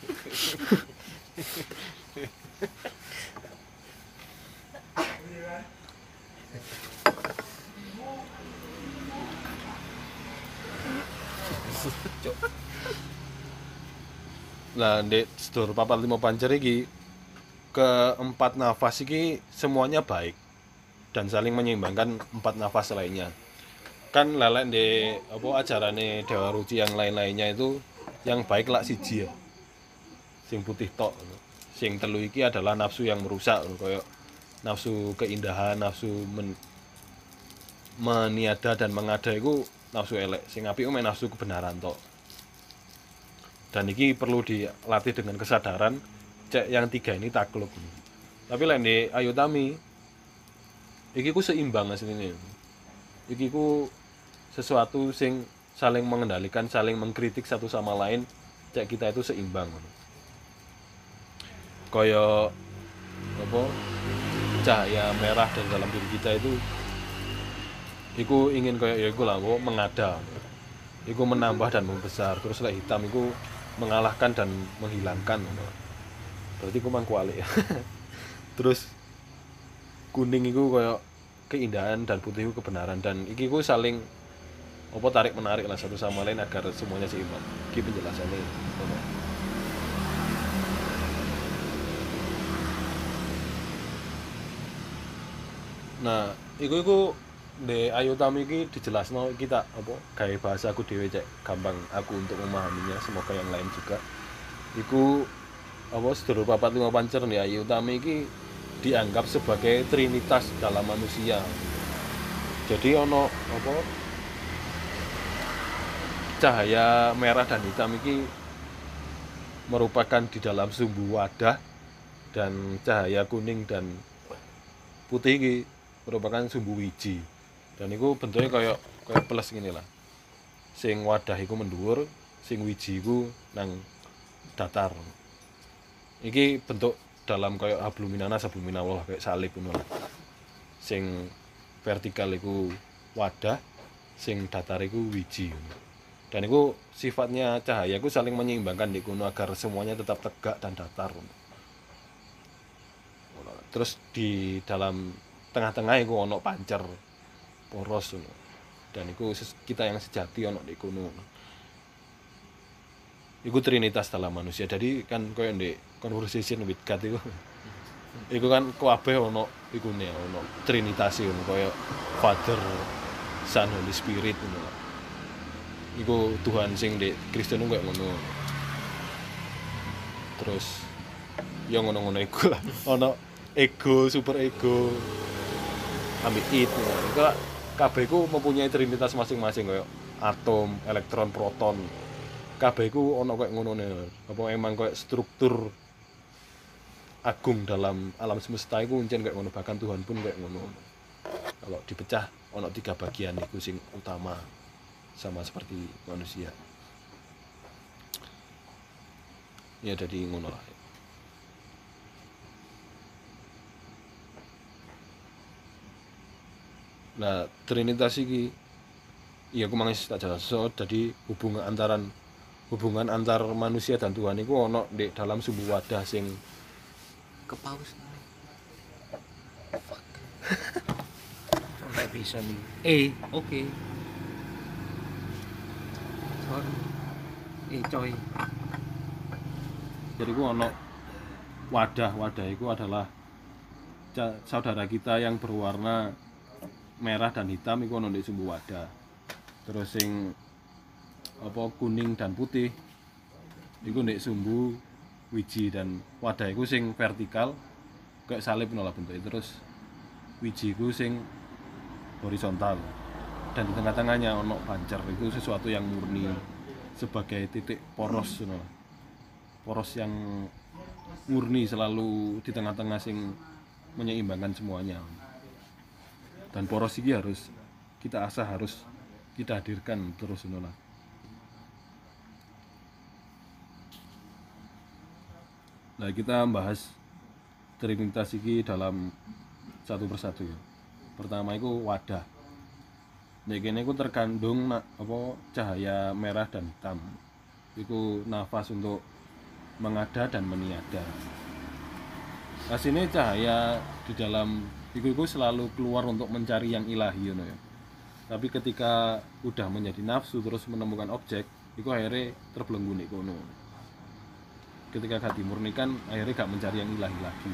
Nah, di sedulur papat lima pancer iki keempat nafas iki semuanya baik dan saling menyeimbangkan empat nafas lainnya. Kan lelek di apa ajarane Dewa Ruci yang lain-lainnya itu yang baik lak siji ya. Sing putih tok. Sing telu iki adalah nafsu yang merusak kayak nafsu keindahan, nafsu men, meniada dan mengada itu nafsu elek. Sing apik ku nafsu kebenaran tok. Dan ini perlu dilatih dengan kesadaran cek yang tiga ini takluk. Tapi lain di Ayu Tami iki ku seimbang asline. Iki ku sesuatu sing saling mengendalikan, saling mengkritik satu sama lain, cek kita itu seimbang. Kaya apa cahaya merah dan dalam diri kita itu iku ingin kaya ya iku lah kok mengada. Iku menambah dan membesar. Terus lek hitam iku mengalahkan dan menghilangkan. Berarti ku mangkualik ya. Terus kuning itu kayak keindahan dan putih itu kebenaran dan iki ku saling apa tarik menarik lah satu sama lain agar semuanya seimbang. Iki penjelasannya. Nah, iku iku di Ayu Tami iki dijelasno kita apa gawe bahasa aku dhewe cek gampang aku untuk memahaminya, semoga yang lain juga. Iku apa sedulur papat lima pancer nih Ayu Tami iki dianggap sebagai trinitas dalam manusia. Jadi ono apa cahaya merah dan hitam iki merupakan di dalam sumbu wadah dan cahaya kuning dan putih iki merupakan sumbu wiji. Dan itu bentuknya kayak kayak plus gini lah. Sing wadah iku mendhuwur, sing wiji iku nang datar. Iki bentuk dalam kayak hablum minanas hablum minallah kayak salib ngono. Sing vertikal iku wadah, sing datar iku wiji. Dan itu sifatnya cahaya iku saling menyeimbangkan di kuno agar semuanya tetap tegak dan datar. Terus di dalam tengah-tengah iku ono pancer poros dan itu kita yang sejati ono di kuno. Iku trinitas dalam manusia. Jadi kan koyo ndek conversation with God iku. Iku kan kabeh ono iku ne ono trinitas iku koyo Father, Son, Holy Spirit ngono. Iku Tuhan sing ndek Kristen koyo ngono. Terus ya ngono-ngono iku lah. Ono ego, super ego. Ambit itu. Iku kabeh iku mempunyai trinitas masing-masing koyo atom, elektron, proton. Kabeh iku ana koyo ngono ne. Apa emang koyo struktur agung dalam alam semesta iku encen koyo ngono, bahkan Tuhan pun koyo ngono. Kalau dipecah ana tiga bagian iku sing utama sama seperti manusia. Ya jadi ngono lah. Nah, trinitas iki iya aku mangis tak jelas. So, jadi hubungan antaran hubungan antar manusia dan Tuhan itu ono di dalam sebuah wadah sing Kepaus. Sampai bisa nih. Eh, oke. Sorry. Eh, coy. jadi ku ono wadah wadah itu adalah ca- saudara kita yang berwarna merah dan hitam itu ono di sebuah wadah. Terus sing apa kuning dan putih itu ndek sumbu wiji, dan wadah itu sing vertikal kayak salib nolah bentuknya. Terus wiji itu sing horizontal, dan di tengah-tengahnya ono pancer. Itu sesuatu yang murni sebagai titik poros nolah. Poros yang murni selalu di tengah-tengah sing menyeimbangkan semuanya. Dan poros ini harus kita asah, harus kita hadirkan terus nolah. Nah, kita bahas trinitas ini dalam satu persatu ya. Pertama itu wadah. Nek kene iku terkandung na, apa cahaya merah dan hitam. Iku nafas untuk mengada dan meniada. Asine cahaya di dalam iku iku selalu keluar untuk mencari yang ilahi ngono ya. Tapi ketika udah menjadi nafsu terus menemukan objek, iku akhirnya terbelenggu nek kono. Ketika gak dimurnikan akhirnya gak mencari yang ilahi lagi.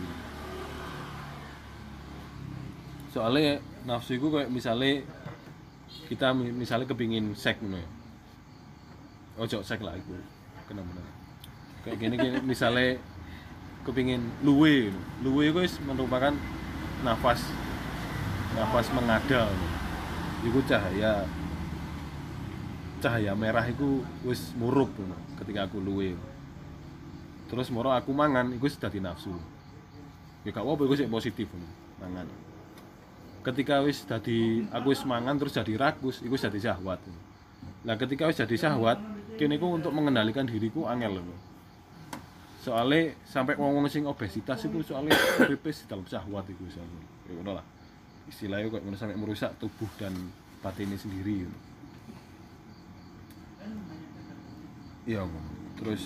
Soalnya nafsu itu kayak misalnya kita misalnya kepingin sek ngono ya. Ojo sek lah itu. Kenapa? Kayak gini gini misalnya kepingin luwe. Luwe itu merupakan nafas nafas mengada. Itu cahaya cahaya merah itu wis murup ketika aku luwe. Terus moro aku mangan iku wis dadi nafsu. Ya gak apa-apa iku sik positif mangan. Ketika wis dadi aku wis mangan terus jadi rakus, iku wis dadi syahwat. Lah ketika wis jadi syahwat, kene iku untuk mengendalikan diriku angel lho. Soale sampai wong-wong sing obesitas itu soalnya pipis dalam syahwat iku soalnya. Ya ngono lah. Istilahnya kok ngono sampai merusak tubuh dan batinnya sendiri. Iya, terus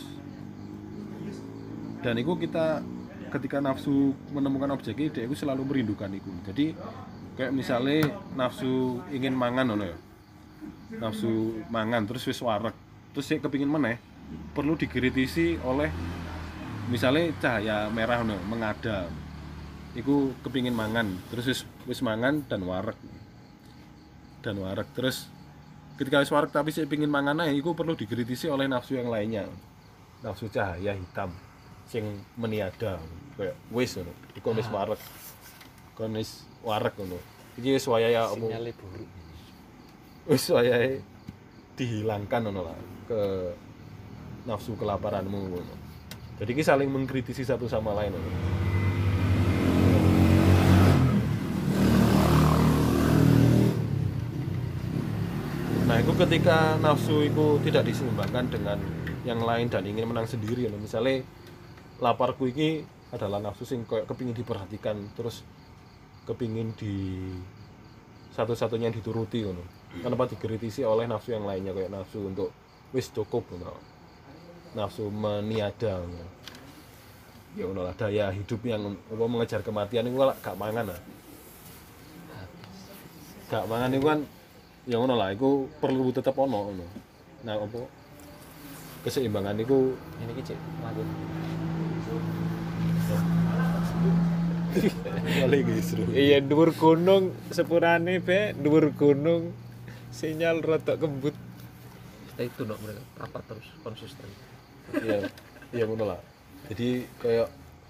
dan itu kita ketika nafsu menemukan objek itu selalu merindukan itu. Jadi kayak misalnya nafsu ingin mangan loh ya, nafsu mangan terus wis wareg terus sik kepingin meneh, perlu dikritisi oleh misalnya cahaya merah loh mengada, itu kepingin mangan terus wis, wis mangan dan wareg dan wareg terus ketika wis wareg tapi sik pingin mangan ae, itu perlu dikritisi oleh nafsu yang lainnya, nafsu cahaya hitam sing meniada kayak wis ngono iku wis wareg kon wis wareg ngono iki wis wayahe apa Sinyale buruk. wis wayahe dihilangkan ngono lah ke nafsu kelaparanmu ngono. Jadi iki saling mengkritisi satu sama lain ngono. Nah, itu ketika nafsu itu tidak diseimbangkan dengan yang lain dan ingin menang sendiri ngono. Misalnya laparku ini adalah nafsu sing kayak kepingin diperhatikan terus kepingin di satu-satunya yang dituruti ngono. Kenapa dikritisi oleh nafsu yang lainnya kayak nafsu untuk wis cukup ngono. Nafsu meniada ngono. Ya ngono lah daya hidup yang apa mengejar kematian itu gak mangan lah. Gak mangan itu kan ya ngono lah iku perlu tetep ono ngono. Nah apa keseimbangan itu Ini iki cek mabuk. kali gitu. Iya dhuwur gunung sepurane be, dhuwur gunung sinyal rada kembut. Stay tune dong mereka, rapat terus, konsisten. Iya, iya ngono lah. Jadi kayak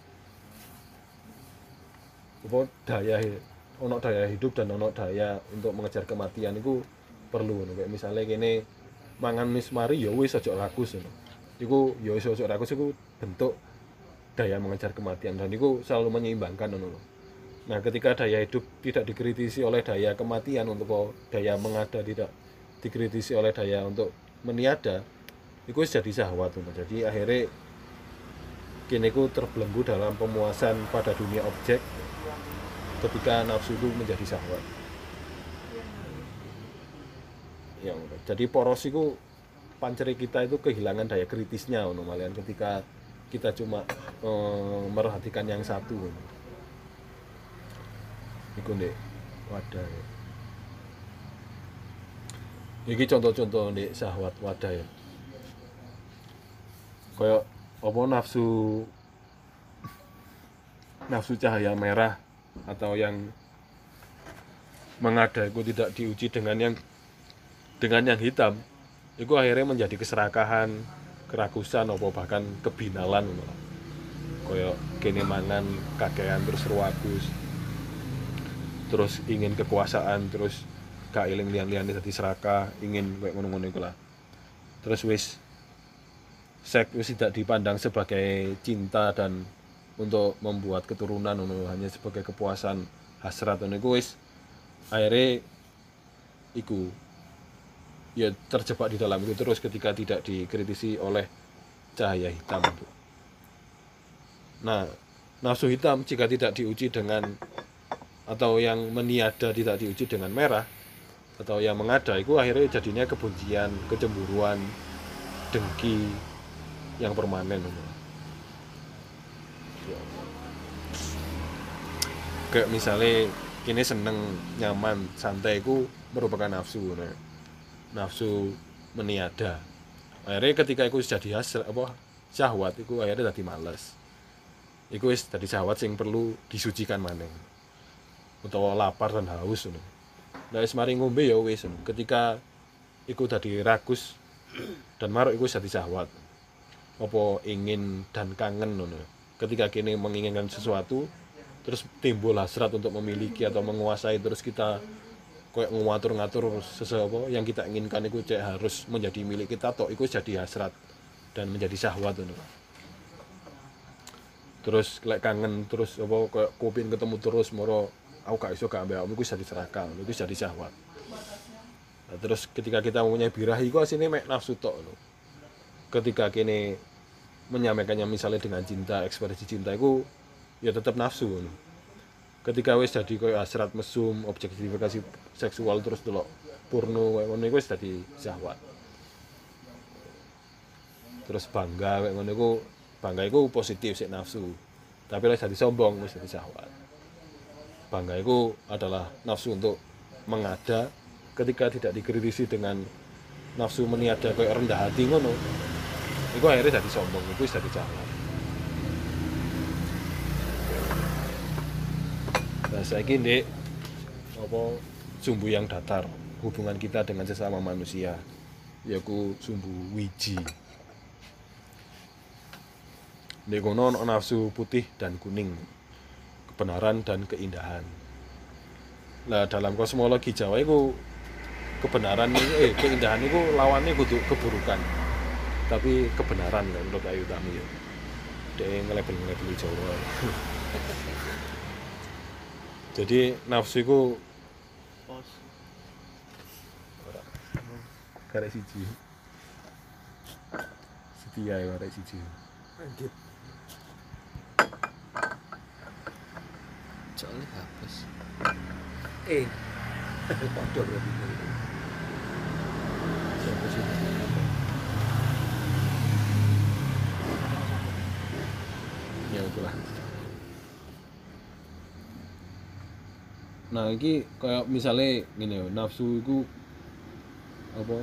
apa daya ono daya hidup dan ono daya untuk mengejar kematian itu perlu ngono. Kayak misalnya kene mangan wis mari ya wis aja rakus ngono. Iku ya wis aja rakus iku bentuk daya mengejar kematian dan itu selalu menyeimbangkan ngono lho. Nah, ketika daya hidup tidak dikritisi oleh daya kematian untuk daya mengada tidak dikritisi oleh daya untuk meniada, itu jadi syahwat. Jadi akhirnya kini ku terbelenggu dalam pemuasan pada dunia objek ketika nafsu itu menjadi syahwat. Ya ngono. Jadi poros iku panceri kita itu kehilangan daya kritisnya ngono malian ketika kita cuma eh, merhatikan yang satu ngono. Iku ndek wadah. Ya. Iki contoh-contoh ndek syahwat wadah ya. Kayak apa nafsu nafsu cahaya merah atau yang mengada itu tidak diuji dengan yang dengan yang hitam itu akhirnya menjadi keserakahan, kerakusan atau bahkan kebinalan kayak kene mangan kakean terus ruwakus terus ingin kekuasaan terus gak eling lian-liane dadi serakah ingin kayak ngono-ngono iku lah terus wis seks wis tidak dipandang sebagai cinta dan untuk membuat keturunan ngono hanya sebagai kepuasan hasrat ngono iku wis akhirnya iku ya terjebak di dalam itu terus ketika tidak dikritisi oleh cahaya hitam itu. Nah, nafsu hitam jika tidak diuji dengan atau yang meniada tidak diuji dengan merah atau yang mengada itu akhirnya jadinya kebencian, kecemburuan, dengki yang permanen. Kayak misalnya kini seneng nyaman santai itu merupakan nafsu nah. Nafsu meniada akhirnya ketika itu jadi hasrat apa syahwat itu akhirnya jadi males itu wis jadi syahwat yang perlu disucikan maneh utawa lapar dan haus nah wis mari ngombe ya wis ketika itu jadi rakus dan maruk itu jadi syahwat apa ingin dan kangen ngono ketika kini menginginkan sesuatu terus timbul hasrat untuk memiliki atau menguasai terus kita kayak ngatur-ngatur sesuatu yang kita inginkan itu cek harus menjadi milik kita tok itu jadi hasrat dan menjadi syahwat itu terus lek kangen terus apa kayak kupin ketemu terus moro aku gak iso gak ambek itu jadi serakah itu jadi syahwat nah, terus ketika kita mempunyai birahi itu aslinya mek nafsu tok lho ketika kini menyampaikannya misalnya dengan cinta ekspresi cinta itu ya tetap nafsu lho. Ketika wis jadi koyo hasrat mesum objektifikasi seksual terus delok porno koyo ngono iku wis dadi syahwat terus bangga koyo ngono iku bangga iku positif sik nafsu tapi lek dadi sombong wis dadi syahwat bangga iku adalah nafsu untuk mengada ketika tidak dikritisi dengan nafsu meniada koyo rendah hati ngono iku akhirnya dadi sombong iku wis dadi syahwat. Nah, saiki ndek apa sumbu yang datar hubungan kita dengan sesama manusia yaitu sumbu wiji. Ndek kono nafsu putih dan kuning, kebenaran dan keindahan. Nah, dalam kosmologi Jawa itu kebenaran eh keindahan itu lawannya kudu keburukan. Tapi kebenaran kan menurut Ayu Tami ya. Dek ngelebel-ngelebeli Jawa. Jadi nafsu itu Pos. karek siji. Setia ya karek siji. Anjir. Soalnya hapus. Eh. Padha berarti. Siapa sih? Ya itulah. Nah, ini kayak misalnya gini ya, nafsu itu apa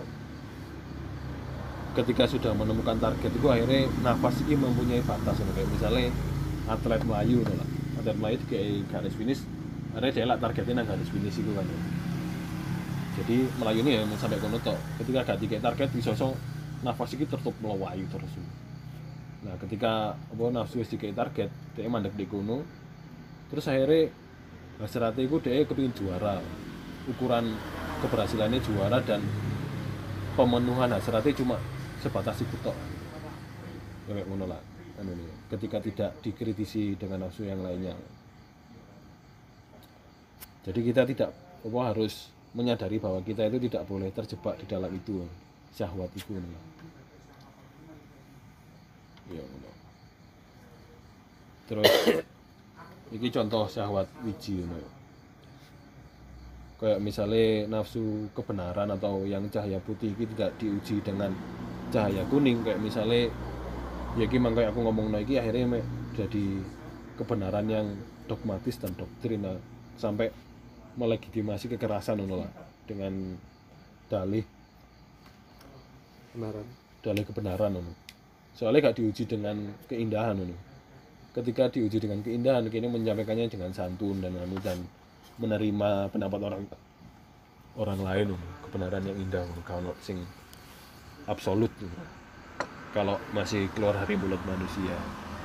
ketika sudah menemukan target itu akhirnya nafas ini mempunyai batas kayak misalnya atlet Melayu lah. Atlet Melayu itu kayak garis finish akhirnya dia lah targetnya nang garis finish itu kan. Jadi Melayu ini ya sampai kono tok. Ketika gak dikek target bisa so nafas ini tertutup melawayu terus. Nah, ketika apa nafsu wis dikek target, dia mandek di kono. Terus akhirnya hasratnya itu dia kepingin juara ukuran keberhasilannya juara dan pemenuhan hasratnya cuma sebatas itu tok kayak ngono lah ketika tidak dikritisi dengan nafsu yang lainnya jadi kita tidak apa harus menyadari bahwa kita itu tidak boleh terjebak di dalam itu syahwat itu ya ngono terus iki contoh syahwat wiji ngono. kayak misalnya nafsu kebenaran atau yang cahaya putih ini tidak diuji dengan cahaya kuning, kayak misalnya ya iki mangke aku ngomongno iki akhirnya mek jadi kebenaran yang dogmatis dan doktrin sampai melegitimasi kekerasan ngono lah dengan dalih Kebenaran. dalih kebenaran ngono. Soalnya gak diuji dengan keindahan ngono. Ketika diuji dengan keindahan kini menyampaikannya dengan santun dan anu dan menerima pendapat orang orang lain ngono. Kebenaran yang indah ngono kalau sing absolut ngono. Kalau masih keluar dari mulut manusia.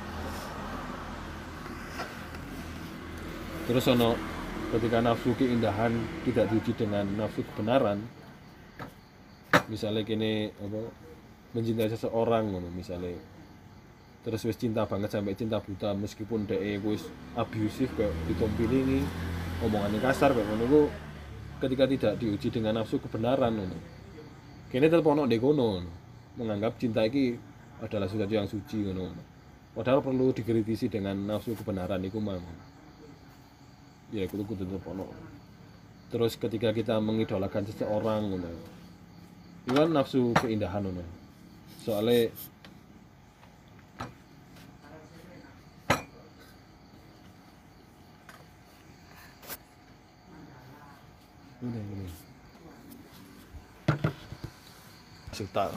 Terus ono ketika nafsu keindahan tidak diuji dengan nafsu kebenaran, misalnya kini apa mencintai seseorang ngono misalnya, terus wis cinta banget sampai cinta buta meskipun dhek wis abusif kayak ditompilingi omongannya kasar kayak ngono ku, ketika tidak diuji dengan nafsu kebenaran ngono kene tetep ono ndek kono menganggap cinta iki adalah sesuatu yang suci ngono, padahal perlu dikritisi dengan nafsu kebenaran iku mah ya itu kudu tetep ono. Terus ketika kita mengidolakan seseorang ngono itu kan nafsu keindahan ngono, soalnya ini ini suta.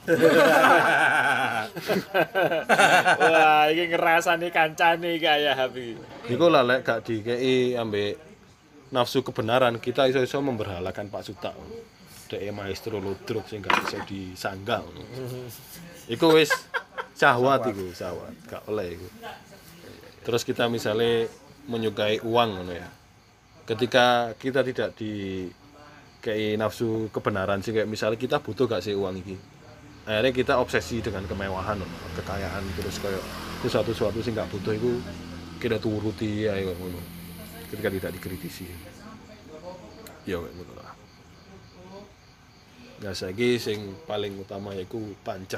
Wah, ini ngerasani kancane kaya Habi. Iku lah lek gak dikei ambek nafsu kebenaran kita iso-iso memberhalakan Pak Suta. Dek maestro ludruk sing gak iso disanggah. Iku wis syahwat iku, syahwat. Gak oleh iku. Terus kita misalnya menyukai uang ngono ya. Ketika kita tidak di kayak nafsu kebenaran sih, kayak misalnya kita butuh gak sih uang ini, akhirnya kita obsesi dengan kemewahan, kekayaan, terus kayak sesuatu-sesuatu sih gak butuh itu kita turuti ya kayak ngono ketika tidak dikritisi ya kayak ngono lah. Nah saiki sing paling utama yaiku pancer.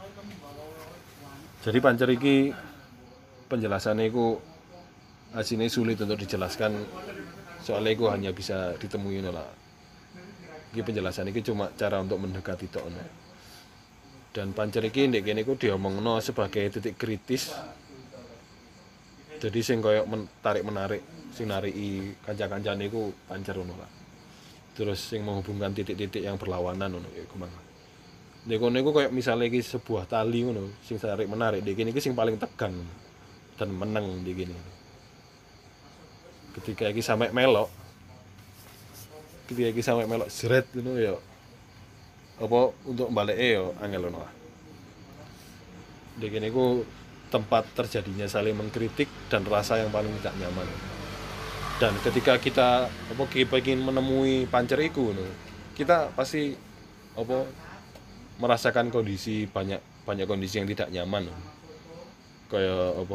Jadi pancer iki penjelasannya iku aslinya sulit untuk dijelaskan, soalnya itu hanya bisa ditemui lah. Iki penjelasan iki cuma cara untuk mendekati tok. Dan pancer iki ndek kene iku diomongno sebagai titik kritis. Jadi sing koyo tarik menarik, sing nariki kanca-kancane iku pancer ngono lah. Terus sing menghubungkan titik-titik yang berlawanan ngono iku mang. Ndek kono iku koyo misale iki sebuah tali ngono, sing tarik menarik ndek kene iki sing paling tegang dan meneng ndek kene. Ketika iki sampai melok, ketika iki sampai melok jeret ngono ya apa untuk baleke ya angel ngono lah. Ndek kene iku tempat terjadinya saling mengkritik dan rasa yang paling tidak nyaman. Dan ketika kita apa kita ingin menemui pancer iku ngono, kita pasti apa merasakan kondisi banyak banyak kondisi yang tidak nyaman. Kayak apa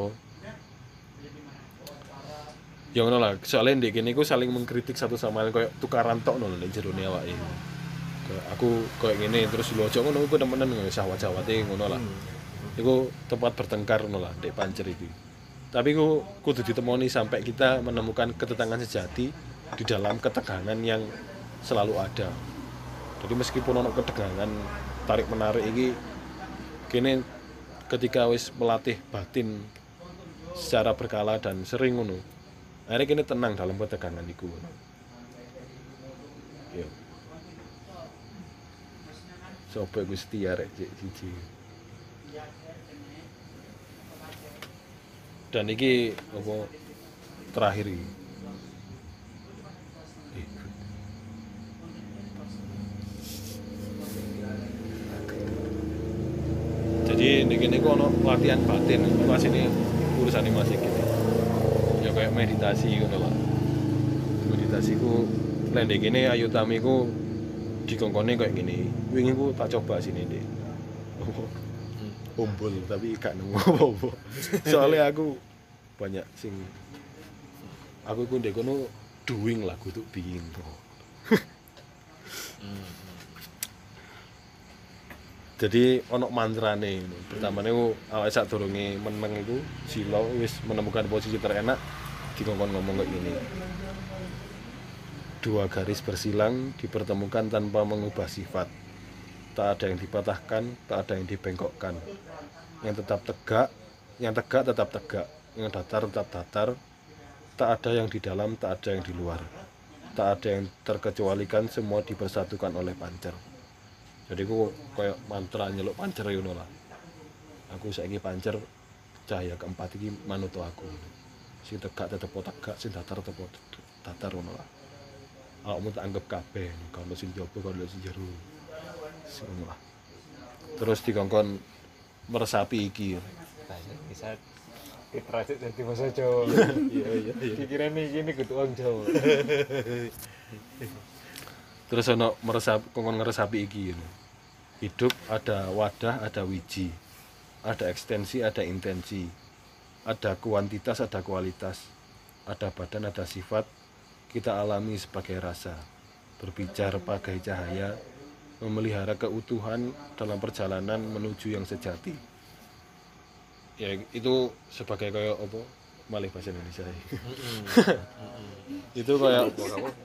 ya ngono lah, soalnya ndek kene iku saling mengkritik satu sama lain kayak tukaran tok ngono nek jerone awake. Kayak aku kayak ngene terus lho aja ngono iku temenan ngono sawat-sawate ngono lah. Iku tempat bertengkar ngono lah ndek pancer iki. Tapi iku kudu ditemoni sampai kita menemukan ketenangan sejati di dalam ketegangan yang selalu ada. Jadi meskipun ono ketegangan tarik menarik iki kene ketika wis melatih batin secara berkala dan sering ngono, akhirnya kini tenang dalam ketegangan iku. Yo. Sopo iku setia rek siji. Dan iki apa terakhir iki. Jadi ini kini ono latihan batin, mas ini urusan mas iki. Ya kayak meditasi gitu lah. Meditasi ku lain dek gini ayu tami ku dikongkone kayak gini. Wingi ku tak coba sini deh. Umbul tapi gak nemu apa-apa. Soalnya aku banyak sing aku ku ndek kono doing lagu tuh being. Jadi ono mantrane ngono. Pertamane ku awake sak durunge meneng iku sila wis menemukan posisi terenak dikongkon ngomong kayak gini. Dua garis bersilang dipertemukan tanpa mengubah sifat. Tak ada yang dipatahkan, tak ada yang dibengkokkan. Yang tetap tegak, yang tegak tetap tegak, yang datar tetap datar. Tak ada yang di dalam, tak ada yang di luar. Tak ada yang terkecualikan, semua dipersatukan oleh pancer. Jadi aku kayak mantra nyeluk pancer ngono lah. Aku saiki pancer cahaya keempat iki manut aku. Sing tegak tetep tegak, sing datar tetep datar ngono lah. Awakmu tak anggap kabeh, kalau sing jaba kalau sing jero. Ngono lah. Terus dikongkon meresapi iki. Bisa ditransit jadi bahasa Jawa. Iya iya iya. Pikirannya gini kudu wong Jawa. Terus ono meresap kongkon ngeresapi iki ngono. Hidup ada wadah, ada wiji. Ada ekstensi, ada intensi. Ada kuantitas, ada kualitas. Ada badan, ada sifat. Kita alami sebagai rasa. Berbicara bagai cahaya, memelihara keutuhan dalam perjalanan menuju yang sejati. Ya itu sebagai kayak apa? Malih bahasa Indonesia. Itu kayak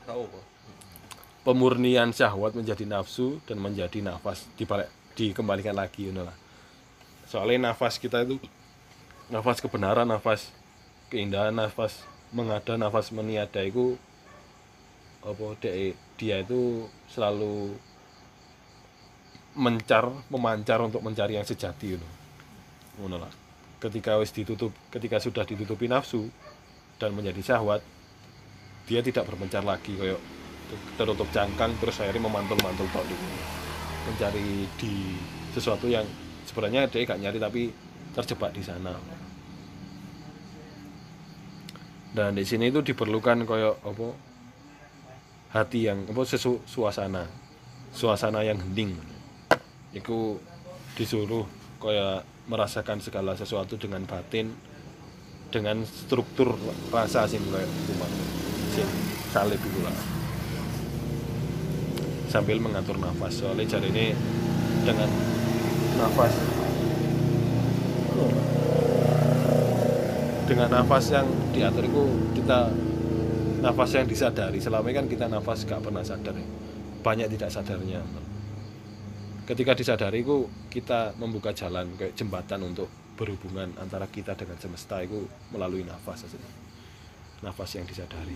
pemurnian syahwat menjadi nafsu dan menjadi nafas, dibalik dikembalikan lagi ngono lah. Soalnya nafas kita itu nafas kebenaran, nafas keindahan, nafas mengada, nafas meniada itu apa dia, dia itu selalu mencar, memancar untuk mencari yang sejati ngono. Ngono lah. Ketika wis ditutup, ketika sudah ditutupi nafsu dan menjadi syahwat, dia tidak berpencar lagi kayak tertutup cangkang terus akhirnya memantul-mantul tok gitu. Mencari di sesuatu yang sebenarnya dia gak nyari tapi terjebak di sana. Dan di sini itu diperlukan kayak apa? Hati yang apa sesu, suasana. Suasana yang hening. Iku disuruh kayak merasakan segala sesuatu dengan batin, dengan struktur rasa sing kayak cuma sing salib itu lah. Sambil mengatur nafas, soalnya jari ini dengan nafas dengan nafas yang diatur itu kita nafas yang disadari. Selama ini kan kita nafas gak pernah sadar ya. Banyak tidak sadarnya. Ketika disadari itu kita membuka jalan kayak jembatan untuk berhubungan antara kita dengan semesta itu melalui nafas saja. Nafas yang disadari.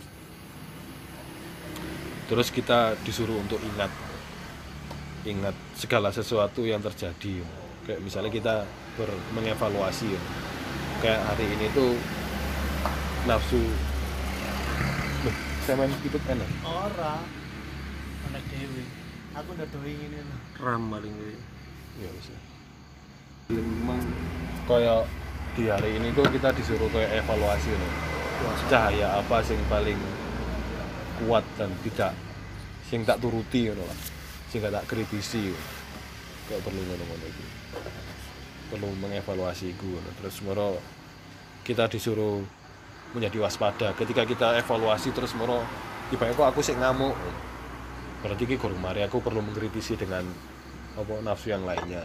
Terus kita disuruh untuk ingat ingat segala sesuatu yang terjadi. Kayak misalnya kita ber, mengevaluasi ya. Kayak hari ini tuh nafsu loh, saya main itu enak. Ora. Anak dewi. Aku udah doi ini loh. Ram paling gue. Ya bisa. Memang kayak di hari ini tuh kita disuruh kayak evaluasi loh. Cahaya apa sing paling kuat dan tidak sing tak turuti ngono lah. Sing gak tak kritisi. Kayak perlu ngono-ngono iki. Perlu mengevaluasi iku ngono. Terus moro kita disuruh menjadi waspada. Ketika kita evaluasi terus moro tiba-tiba kok aku sik ngamuk. Berarti ki gurung mari aku perlu mengkritisi dengan apa nafsu yang lainnya.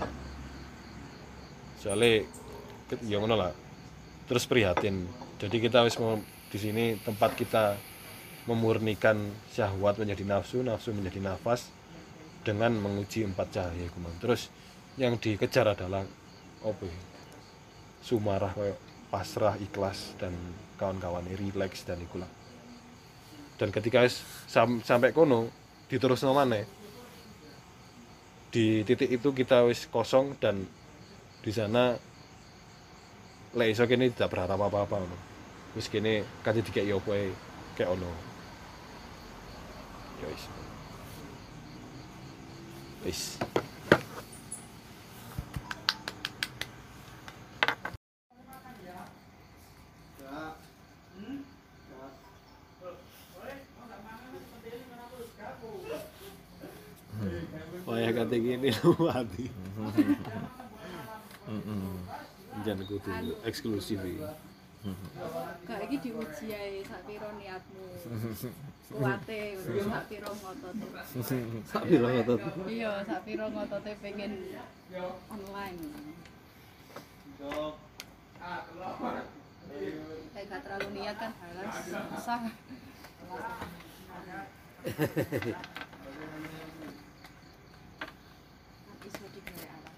Soalnya ya ngono lah. Terus prihatin. Jadi kita wis mau di sini tempat kita memurnikan syahwat menjadi nafsu, nafsu menjadi nafas dengan menguji empat cahaya iku. Terus yang dikejar adalah apa? Sumarah kayak pasrah, ikhlas dan kawan-kawan relax dan ikulah. Dan ketika sam, sampai kono diterusno maneh. Di titik itu kita wis kosong dan di sana lek iso kene tidak berharap apa-apa ngono. Wis kene kate dikek yo kowe kayak ono. Ya wis. Wis. Waya kate gini mati. Heeh. Jangan kudu eksklusif iki. Kak iki diuji ae sak piro niatmu. Kuwate sak piro ngotote. Sak piro ngotot. Iya, sak piro ngotote pengen online. Kayak gak terlalu niat kan halas susah. Iso digawe alasan.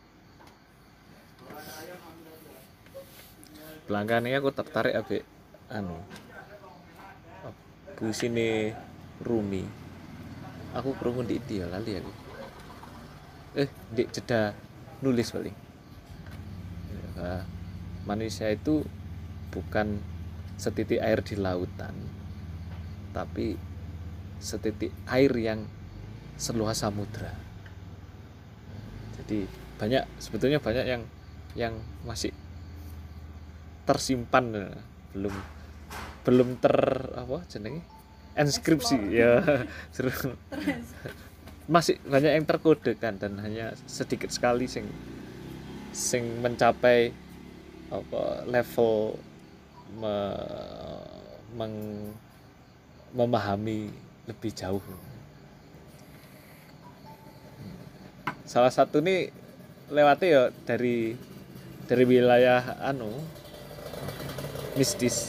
Belakangnya aku tertarik ambek anu puisine Rumi. Aku krungu di itu ya lali aku. Eh, di jeda nulis paling. Ya, manusia itu bukan setitik air di lautan, tapi setitik air yang seluas samudra. Jadi banyak sebetulnya banyak yang yang masih tersimpan, belum belum ter apa jenenge enskripsi ya. Masih banyak yang terkodekan dan hanya sedikit sekali sing sing mencapai apa level me, meng, memahami lebih jauh. Salah satu nih lewatnya ya dari dari wilayah anu mistis.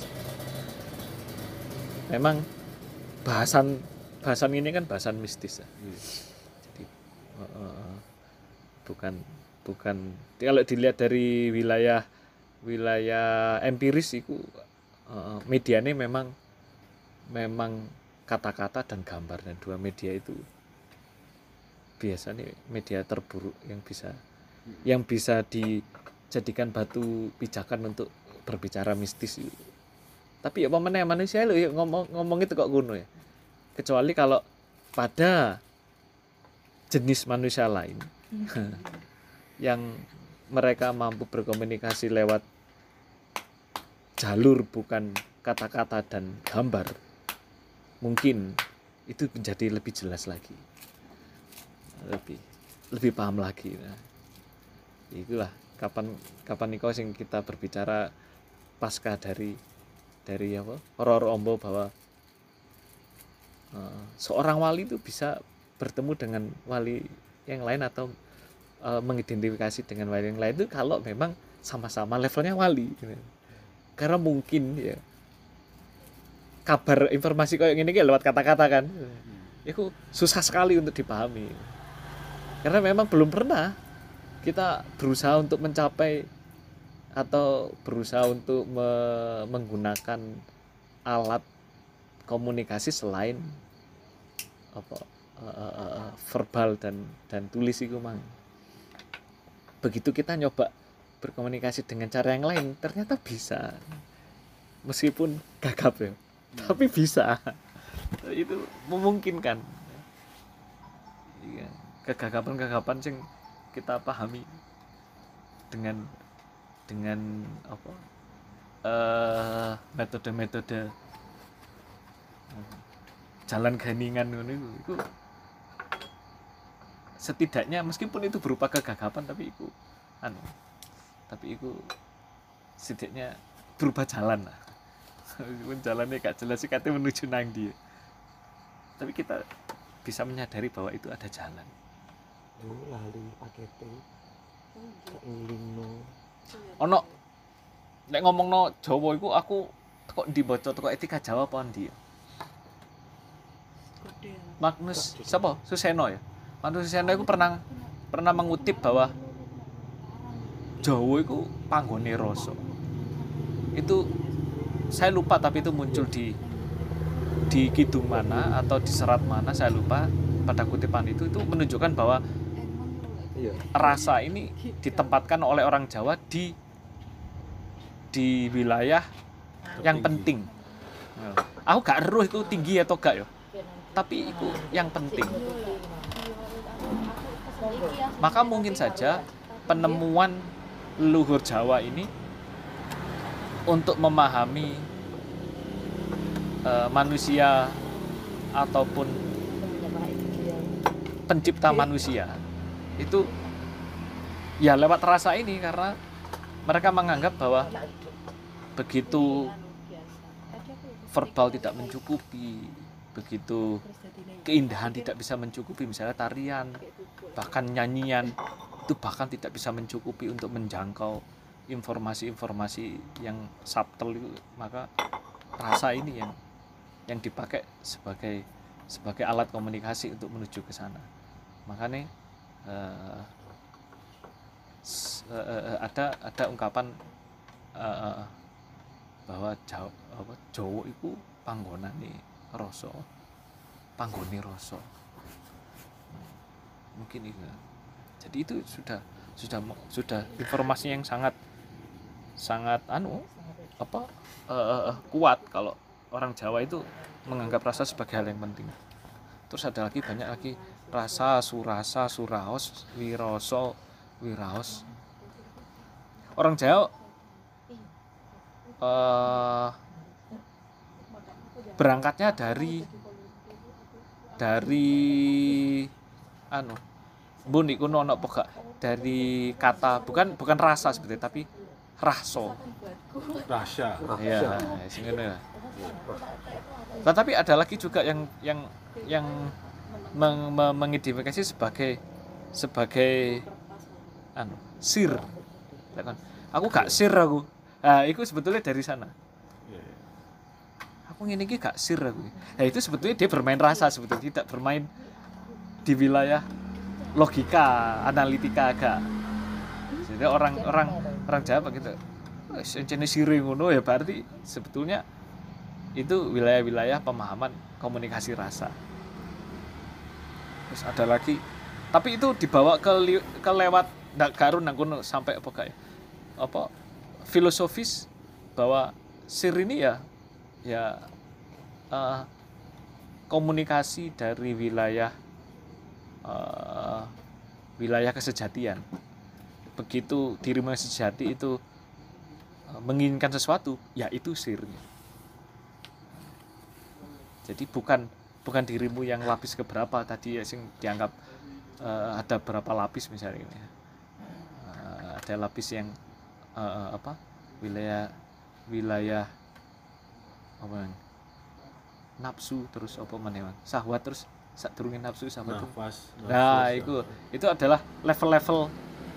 Memang bahasan bahasan ini kan bahasan mistis ya. Jadi uh, bukan bukan kalau dilihat dari wilayah wilayah empiris itu uh, medianya memang memang kata-kata dan gambar, dan dua media itu biasanya media terburuk yang bisa yang bisa dijadikan batu pijakan untuk berbicara mistis itu. Tapi ya pemene manusia lo ya ngomong ngomong itu kok kuno ya. Kecuali kalau pada jenis manusia lain yang mereka mampu berkomunikasi lewat jalur bukan kata-kata dan gambar, mungkin itu menjadi lebih jelas lagi, lebih lebih paham lagi. Nah, itulah kapan kapan niko sing kita berbicara pasca dari dari apa horor ombo bahwa uh, seorang wali itu bisa bertemu dengan wali yang lain atau uh, mengidentifikasi dengan wali yang lain itu kalau memang sama-sama levelnya wali, karena mungkin ya kabar informasi kayak gini lewat kata-kata kan itu susah sekali untuk dipahami, karena memang belum pernah kita berusaha untuk mencapai atau berusaha untuk me- menggunakan alat komunikasi selain apa uh, uh, uh, verbal dan dan tulis itu mang. Begitu kita nyoba berkomunikasi dengan cara yang lain ternyata bisa, meskipun gagap ya, hmm. tapi bisa. Itu memungkinkan. Iya, kegagapan-kegagapan yang kita pahami dengan dengan apa uh, metode-metode jalan ganingan itu setidaknya meskipun itu berupa kegagapan tapi itu anu tapi itu setidaknya berubah jalan lah. Meskipun jalannya gak jelas sih katanya menuju nang dia, tapi kita bisa menyadari bahwa itu ada jalan. Dulu lali pakete keulingno ono nek ngomongno Jawa iku aku kok dibaca teko etika Jawa apa ndi? Magnus siapa? Suseno ya. Magnus Suseno iku pernah pernah mengutip bahwa Jawa iku panggone rasa. Itu saya lupa tapi itu muncul di di kidung mana atau di serat mana saya lupa, pada kutipan itu itu menunjukkan bahwa rasa ini ditempatkan oleh orang Jawa di di wilayah yang penting. Aku gak eruh itu tinggi atau gak ya, tapi itu yang penting. Maka mungkin saja penemuan leluhur Jawa ini untuk memahami uh, manusia ataupun pencipta manusia itu ya lewat rasa ini, karena mereka menganggap bahwa begitu verbal tidak mencukupi, begitu keindahan tidak bisa mencukupi, misalnya tarian, bahkan nyanyian itu bahkan tidak bisa mencukupi untuk menjangkau informasi-informasi yang subtle itu, maka rasa ini yang yang dipakai sebagai sebagai alat komunikasi untuk menuju ke sana. Makanya uh, uh, ada ada ungkapan uh, bahwa Jawa, apa, Jawa itu panggonane rasa, panggone rasa. Mungkin itu. Jadi itu sudah sudah sudah informasi yang sangat sangat anu apa uh, uh, kuat kalau orang Jawa itu menganggap rasa sebagai hal yang penting. Terus ada lagi banyak lagi rasa, surasa, suraos, wiroso, wiraos. Orang Jawa uh, berangkatnya dari dari anu mbun iku ono apa gak dari kata bukan bukan rasa sebetulnya tapi raso. Rasya. Ya, sing ngene lah. Tetapi ada lagi juga yang yang yang meng, meng, mengidentifikasi sebagai sebagai anu sir. Aku gak sir aku. Nah, itu sebetulnya dari sana. Aku ngene iki gak sir aku. Nah, itu sebetulnya dia bermain rasa sebetulnya tidak bermain di wilayah logika, analitika agak. Jadi orang-orang orang Jawa gitu. Wis jenis sire ngono ya berarti sebetulnya itu wilayah-wilayah pemahaman komunikasi rasa. Terus ada lagi, tapi itu dibawa ke ke lewat ndak garun nang kono sampai apa kayak apa filosofis bahwa sir ini ya ya uh, komunikasi dari wilayah uh, wilayah kesejatian. Begitu dirimu yang sejati itu uh, menginginkan sesuatu, ya itu sirnya. Jadi bukan bukan dirimu yang lapis keberapa tadi ya sing dianggap uh, ada berapa lapis misalnya ini. Uh, ada lapis yang uh, apa? wilayah wilayah apa yang nafsu terus apa meneh sahwat terus sadurunge nafsu sahwat. Nafas, nafas, nah, ya. itu itu adalah level-level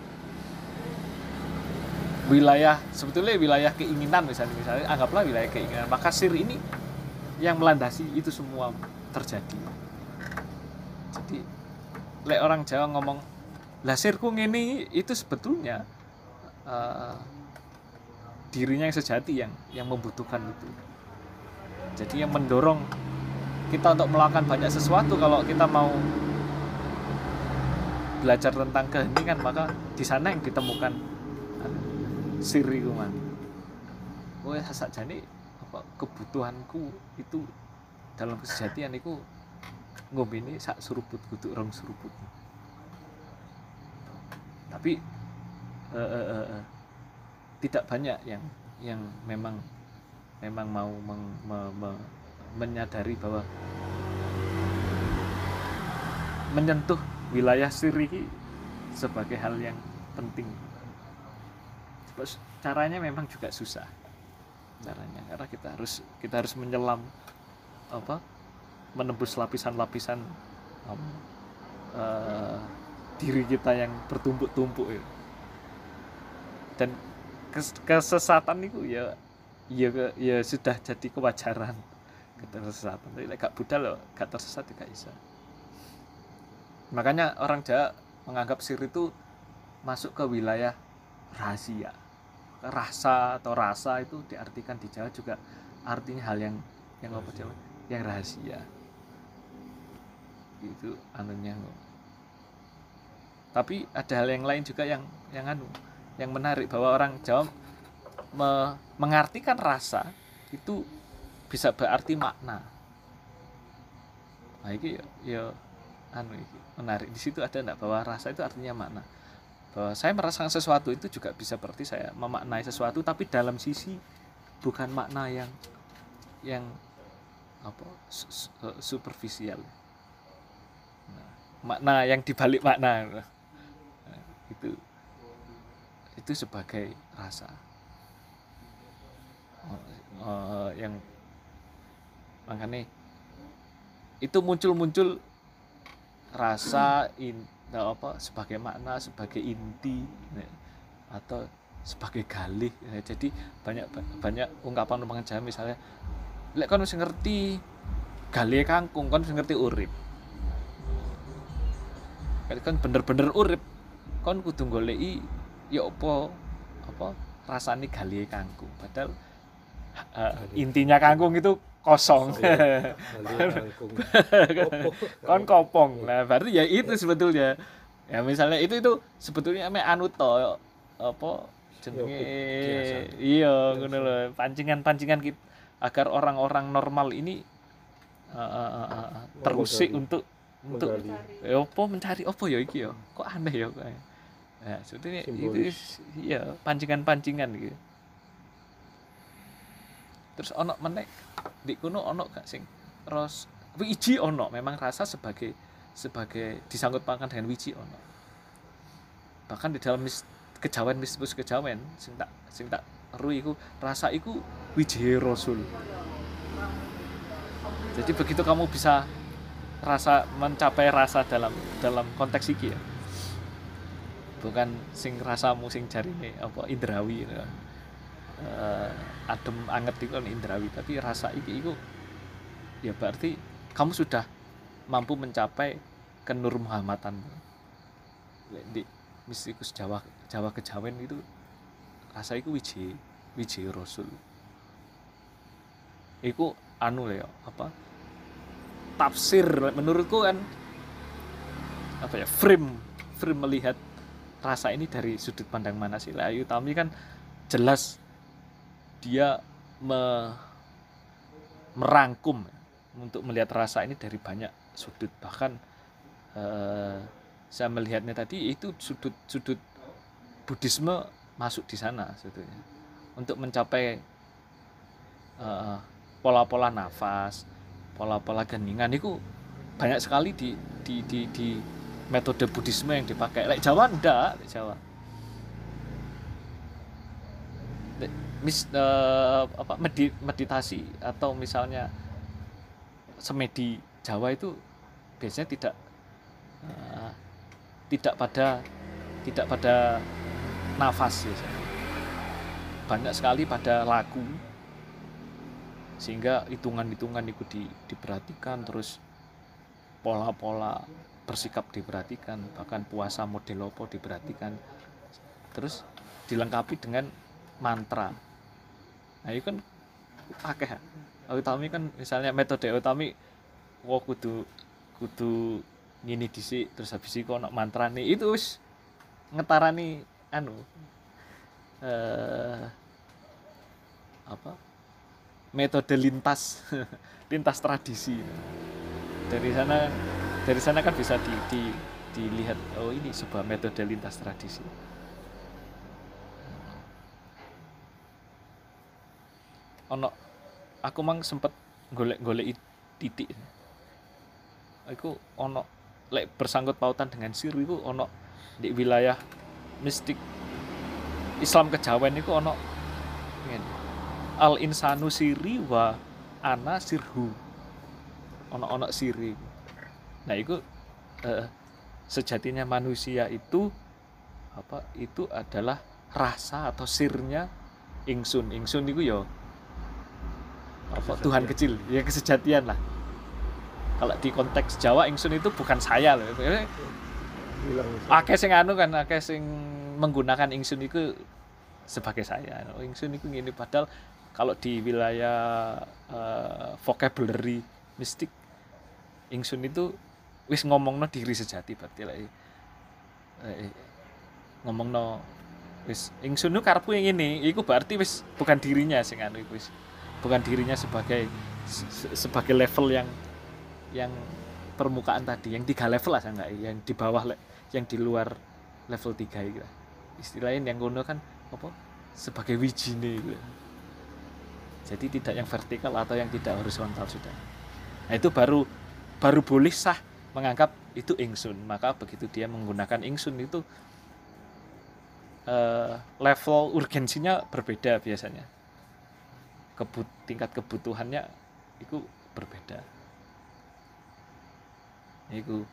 wilayah sebetulnya wilayah keinginan misalnya misalnya anggaplah wilayah keinginan, maka sir ini yang melandasi itu semua terjadi. Jadi lek orang Jawa ngomong lah sirku ngene itu sebetulnya uh, dirinya yang sejati yang yang membutuhkan itu. Jadi yang mendorong kita untuk melakukan banyak sesuatu kalau kita mau belajar tentang keheningan, maka di sana yang ditemukan siri kuman. Oh ya sakjane apa kebutuhanku itu dalam kesejatian itu ngombene sak suruput kudu rong suruput. Tapi uh, uh, uh, uh, tidak banyak yang yang memang memang mau meng, me, me, menyadari bahwa menyentuh wilayah siri sebagai hal yang penting. Caranya memang juga susah. Caranya karena kita harus kita harus menyelam apa? menembus lapisan-lapisan um, uh, diri kita yang bertumpuk-tumpuk ya. Dan kesesatan itu ya ya ya sudah jadi kewajaran kesesatan. Tapi gak budal loh, gak tersesat juga bisa. Makanya orang Jawa menganggap sir itu masuk ke wilayah rahasia. Rasa atau rasa itu diartikan di Jawa juga artinya hal yang yang apa Jawa? Yang rahasia. Itu anunya. Tapi ada hal yang lain juga yang yang anu, yang menarik bahwa orang Jawa me, mengartikan rasa itu bisa berarti makna. Nah ini ya, ya anu ini menarik. Di situ ada enggak bahwa rasa itu artinya makna. Bahwa saya merasakan sesuatu itu juga bisa berarti saya memaknai sesuatu tapi dalam sisi bukan makna yang yang apa superficial. Nah, makna yang dibalik makna. Nah, itu itu sebagai rasa. Uh, yang makanya itu muncul-muncul rasa in, apa sebagai makna, sebagai inti atau sebagai galih. Jadi banyak banyak ungkapan ungkapan Jawa misalnya lek kon wis ngerti gale kangkung kon ngerti urip. Kan bener-bener urip. Kon kudu goleki ya apa apa rasane gale kangkung. Padahal uh, intinya kangkung itu kosong. Gale kangkung. Kon kopong. Nah, berarti ya itu sebetulnya. Ya misalnya itu itu sebetulnya ame anu to apa jenenge iya ngono lho, pancingan-pancingan kita agar orang-orang normal ini uh, uh, uh, uh, terusik untuk untuk ya apa mencari apa ya iki ya kok aneh ya kok. Nah, sebetulnya itu iya pancingan-pancingan gitu. Terus ono meneh di kono ono gak sing ros wiji ono memang rasa sebagai sebagai disangkut pautkan dengan wiji ono. Bahkan di dalam mis, kejawen mistis kejawen sing tak sing tak ru iku rasa iku wiji rasul. Jadi begitu kamu bisa rasa mencapai rasa dalam dalam konteks iki ya. Bukan sing rasamu sing jarine apa indrawi ya. Uh, adem anget itu kan indrawi, tapi rasa iki iku ya berarti kamu sudah mampu mencapai ke Nur Muhammadan. Di mistikus Jawa Jawa kejawen itu rasa iku wiji wiji rasul. Iku anu ya apa? Tafsir menurutku kan apa ya frame frame melihat rasa ini dari sudut pandang mana sih? Ayu Tami kan jelas dia me, merangkum untuk melihat rasa ini dari banyak sudut, bahkan eh, saya melihatnya tadi itu sudut-sudut Buddhisme masuk di sana sebetulnya untuk mencapai eh, pola-pola nafas, pola-pola geningan itu banyak sekali di di di, di metode Buddhisme yang dipakai. Lek Jawa enggak, lek Jawa. Mis, uh, apa medit, meditasi atau misalnya semedi Jawa itu biasanya tidak uh, tidak pada tidak pada nafas biasanya. Banyak sekali pada lagu sehingga hitungan-hitungan itu di, diperhatikan, terus pola-pola bersikap diperhatikan, bahkan puasa model apa diperhatikan, terus dilengkapi dengan mantra. Nah itu kan akeh. Utami kan misalnya metode utami wo kudu kudu ngini dhisik terus habis iku ana mantrane itu wis ngetarani anu eh apa metode lintas lintas tradisi. Dari sana dari sana kan bisa di, di dilihat oh ini sebuah metode lintas tradisi. Ono aku mang sempet golek-goleki titik. Iku ono lek bersangkut pautan dengan sir iku ono di wilayah mistik Islam kejawen iku ono ngene. Al insanu siri wa ana sirhu. Ono-ono siri. Nah, itu eh, sejatinya manusia itu apa? Itu adalah rasa atau sirnya ingsun. Ingsun itu ya apa Tuhan kecil, ya kesejatian lah. Kalau di konteks Jawa ingsun itu bukan saya loh. Akeh sing anu kan, akeh sing menggunakan ingsun itu sebagai saya. Ingsun itu ngene padahal kalau di wilayah uh, vocabulary mistik ingsun itu wis ngomongno diri sejati berarti lah. Eh, ngomongno wis ingsun itu karepku yang ini, iku berarti wis bukan dirinya sing anu iku wis bukan dirinya sebagai se- sebagai level yang yang permukaan tadi, yang tiga level lah enggak, yang di bawah yang di luar level tiga gitu. Istilahnya yang ngono kan apa? Sebagai wijine gitu. Jadi tidak yang vertikal atau yang tidak horizontal sudah. Nah, itu baru baru boleh sah menganggap itu ingsun. Maka begitu dia menggunakan ingsun itu eh, level urgensinya berbeda biasanya. Kebut, tingkat kebutuhannya itu berbeda. Itu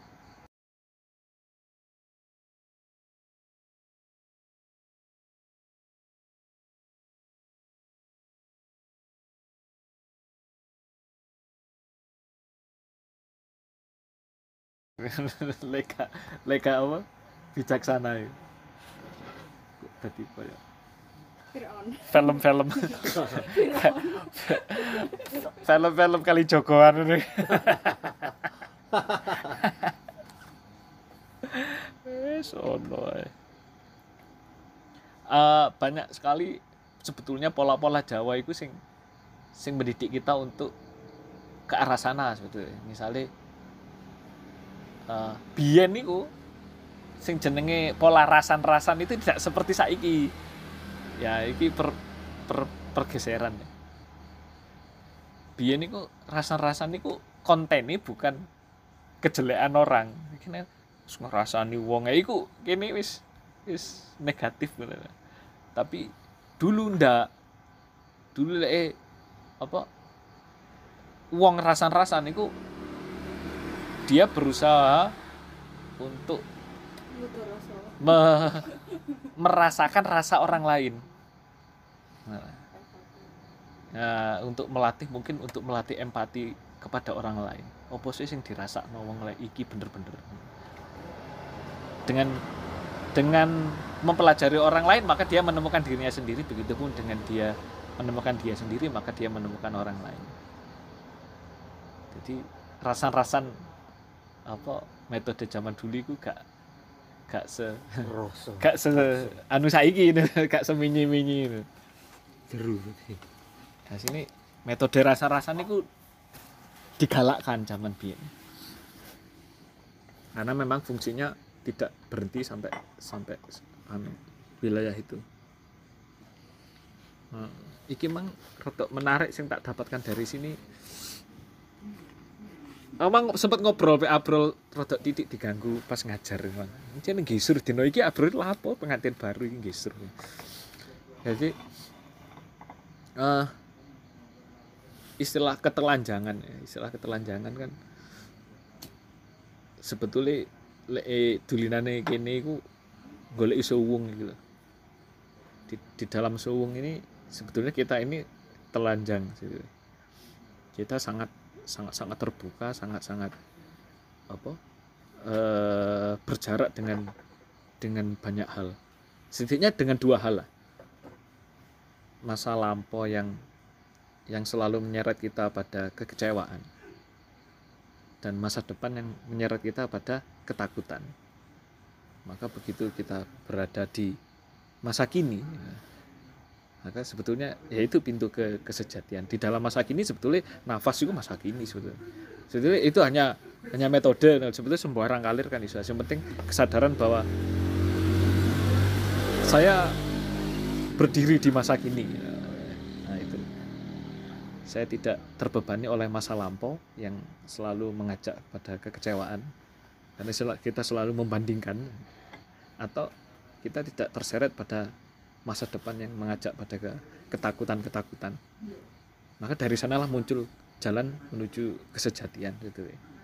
Leka leka apa bijaksana ya. Kok tadi kayak Fir'aun. film-film Fir'aun. film-film kali Jogoan ini. Wes ono ae. Eh, banyak sekali sebetulnya pola-pola Jawa itu sing sing mendidik kita untuk ke arah sana sebetulnya. Misalnya uh, biyen niku sing jenenge pola rasan-rasan itu tidak seperti saiki. Ya iki per, per pergeseran ya. Biyen niku rasan-rasan niku kontennya bukan kejelekan orang. Iki wis ngrasani wong e iku kene wis wis negatif gitu. Tapi dulu ndak. Dulu lek apa wong rasan-rasan niku dia berusaha untuk Nutur rasa. me- merasakan rasa orang lain. Nah, nah, untuk melatih mungkin untuk melatih empati kepada orang lain. Apa sih sing dirasakno wong lek iki bener-bener. Dengan dengan mempelajari orang lain maka dia menemukan dirinya sendiri, begitupun dengan dia menemukan dia sendiri maka dia menemukan orang lain. Jadi rasan-rasan apa metode zaman dulu itu gak gak se Rasa. gak se anu saiki ini gak seminyi-minyi ini. Jeru. Nah sini metode rasa-rasan itu digalakkan zaman biyen. Karena memang fungsinya tidak berhenti sampai sampai anu wilayah itu. Nah, iki mang rodok menarik sing tak dapatkan dari sini. Emang sempat ngobrol pe abrol rodok titik diganggu pas ngajar kan. Jeneng gisur dino iki abrol lapo pengantin baru iki gisur. Jadi eh istilah ketelanjangan ya, istilah ketelanjangan kan sebetulnya lek dulinane kene iku golek suwung gitu. Di, di dalam suwung ini sebetulnya kita ini telanjang gitu. Kita sangat sangat sangat terbuka, sangat sangat apa? Eh, berjarak dengan dengan banyak hal. Setidaknya dengan dua hal lah. Masa lampau yang yang selalu menyeret kita pada kekecewaan dan masa depan yang menyeret kita pada ketakutan. Maka begitu kita berada di masa kini, maka sebetulnya yaitu pintu ke kesejatian. Di dalam masa kini sebetulnya nafas itu masa kini sebetulnya. Sebetulnya itu hanya hanya metode. Sebetulnya sembarang kalir kan iso. Yang penting kesadaran bahwa saya berdiri di masa kini. Nah itu. Saya tidak terbebani oleh masa lampau yang selalu mengajak pada kekecewaan. Karena kita selalu membandingkan, atau kita tidak terseret pada masa depan yang mengajak pada ketakutan-ketakutan. Maka dari sanalah muncul jalan menuju kesejatian gitu.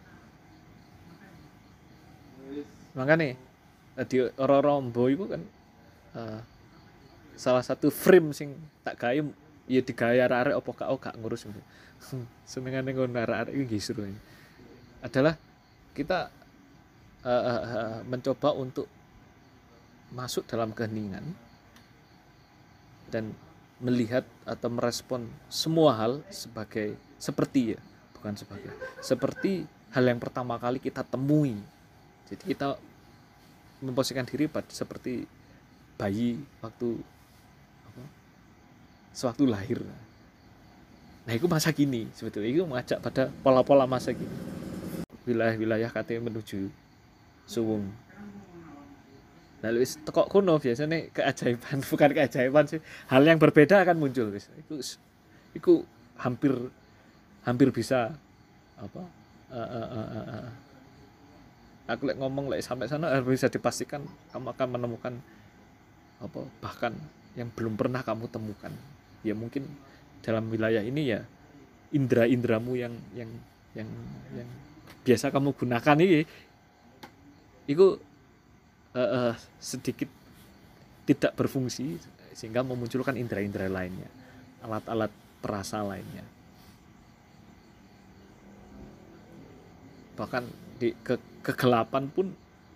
Makanya di Rorombo itu kan uh, salah satu frame sing tak gawe ya digawe arek-arek apa gak gak ngurus gitu. Senengane ngono arek-arek iki gisru. Adalah kita uh, uh, uh, mencoba untuk masuk dalam keheningan dan melihat atau merespon semua hal sebagai seperti ya, bukan sebagai seperti hal yang pertama kali kita temui. Jadi kita memposisikan diri pada seperti bayi waktu apa, sewaktu lahir. Nah itu masa kini sebetulnya itu mengajak pada pola-pola masa kini. Wilayah-wilayah katanya menuju suwung. Lalu tekok kuno biasanya keajaiban, bukan keajaiban sih, hal yang berbeda akan muncul. Itu itu hampir hampir bisa apa? Uh, uh, uh, uh, uh. Aku lek ngomong lek sampai sana harus bisa dipastikan kamu akan menemukan apa bahkan yang belum pernah kamu temukan. Ya mungkin dalam wilayah ini ya indera-indramu yang yang yang yang biasa kamu gunakan ini itu uh, uh, sedikit tidak berfungsi sehingga memunculkan indera-indera lainnya, alat-alat perasa lainnya. Bahkan di ke, kegelapan pun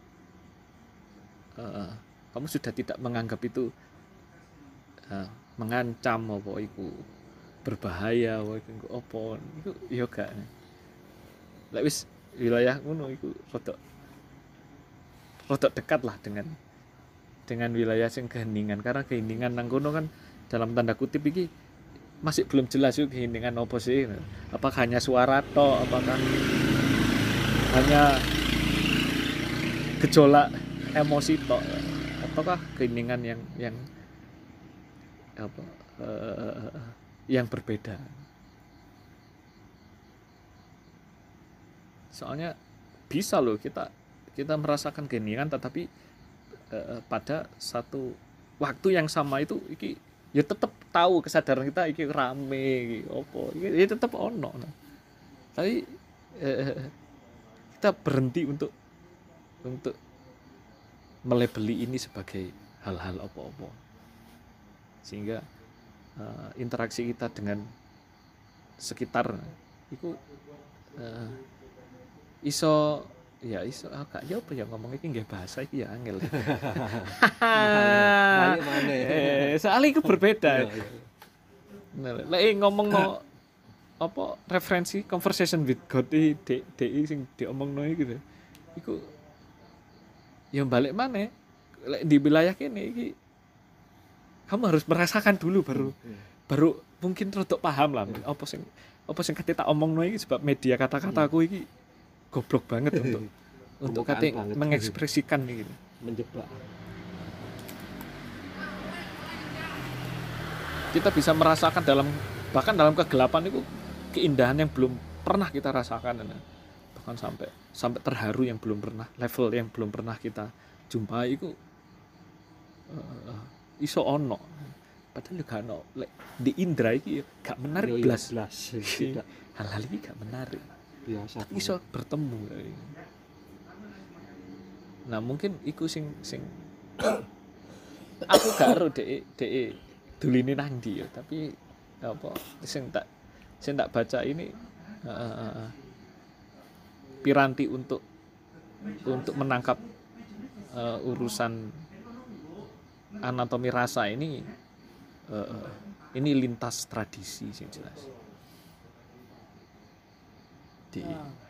uh, kamu sudah tidak menganggap itu uh, mengancam apa iku berbahaya apa iku apa iku ya gak lek wis wilayah ngono iku rada rada dekat lah dengan dengan wilayah sing keheningan, karena keheningan nang kono kan dalam tanda kutip iki masih belum jelas yuk keheningan apa sih, apakah hanya suara toh, apakah hanya gejolak emosi toh, ataukah keheningan yang yang apa uh, yang berbeda. Soalnya bisa loh kita kita merasakan keheningan tetapi uh, pada satu waktu yang sama itu iki ya tetap tahu kesadaran kita iki rame iki opo iki ya tetap ono. Nah. Tapi uh, kita berhenti untuk untuk melebeli ini sebagai hal-hal apa-apa. Sehingga uh, interaksi kita dengan sekitar itu uh, iso ya iso ah, gak ya apa ya ngomong iki nggih bahasa iki ya angel. Balik mana? Eh, soalnya itu berbeda. Nah, lek ngomong no apa referensi conversation with God di di, di sing diomongno iki gitu. Iku ya balik mana? Lek di wilayah kene iki kamu harus merasakan dulu baru hmm. baru mungkin rodok paham lah apa sing apa sing kate tak omongno iki sebab media kata-kataku iki goblok banget untuk untuk kate mengekspresikan iki menjebak. Kita bisa merasakan dalam bahkan dalam kegelapan itu keindahan yang belum pernah kita rasakan, bahkan sampai sampai terharu yang belum pernah level yang belum pernah kita jumpai itu uh, iso ono padahal gak ono di indra iki gak menarik blas hal-hal ini gak menarik biasa tapi iso bertemu. Nah mungkin iku sing sing aku gak ero dek dek duline nang ndi ya, tapi apa sing tak sing tak baca ini uh, uh, uh, piranti untuk untuk menangkap uh, urusan anatomi rasa ini uh, ini lintas tradisi sing jelas di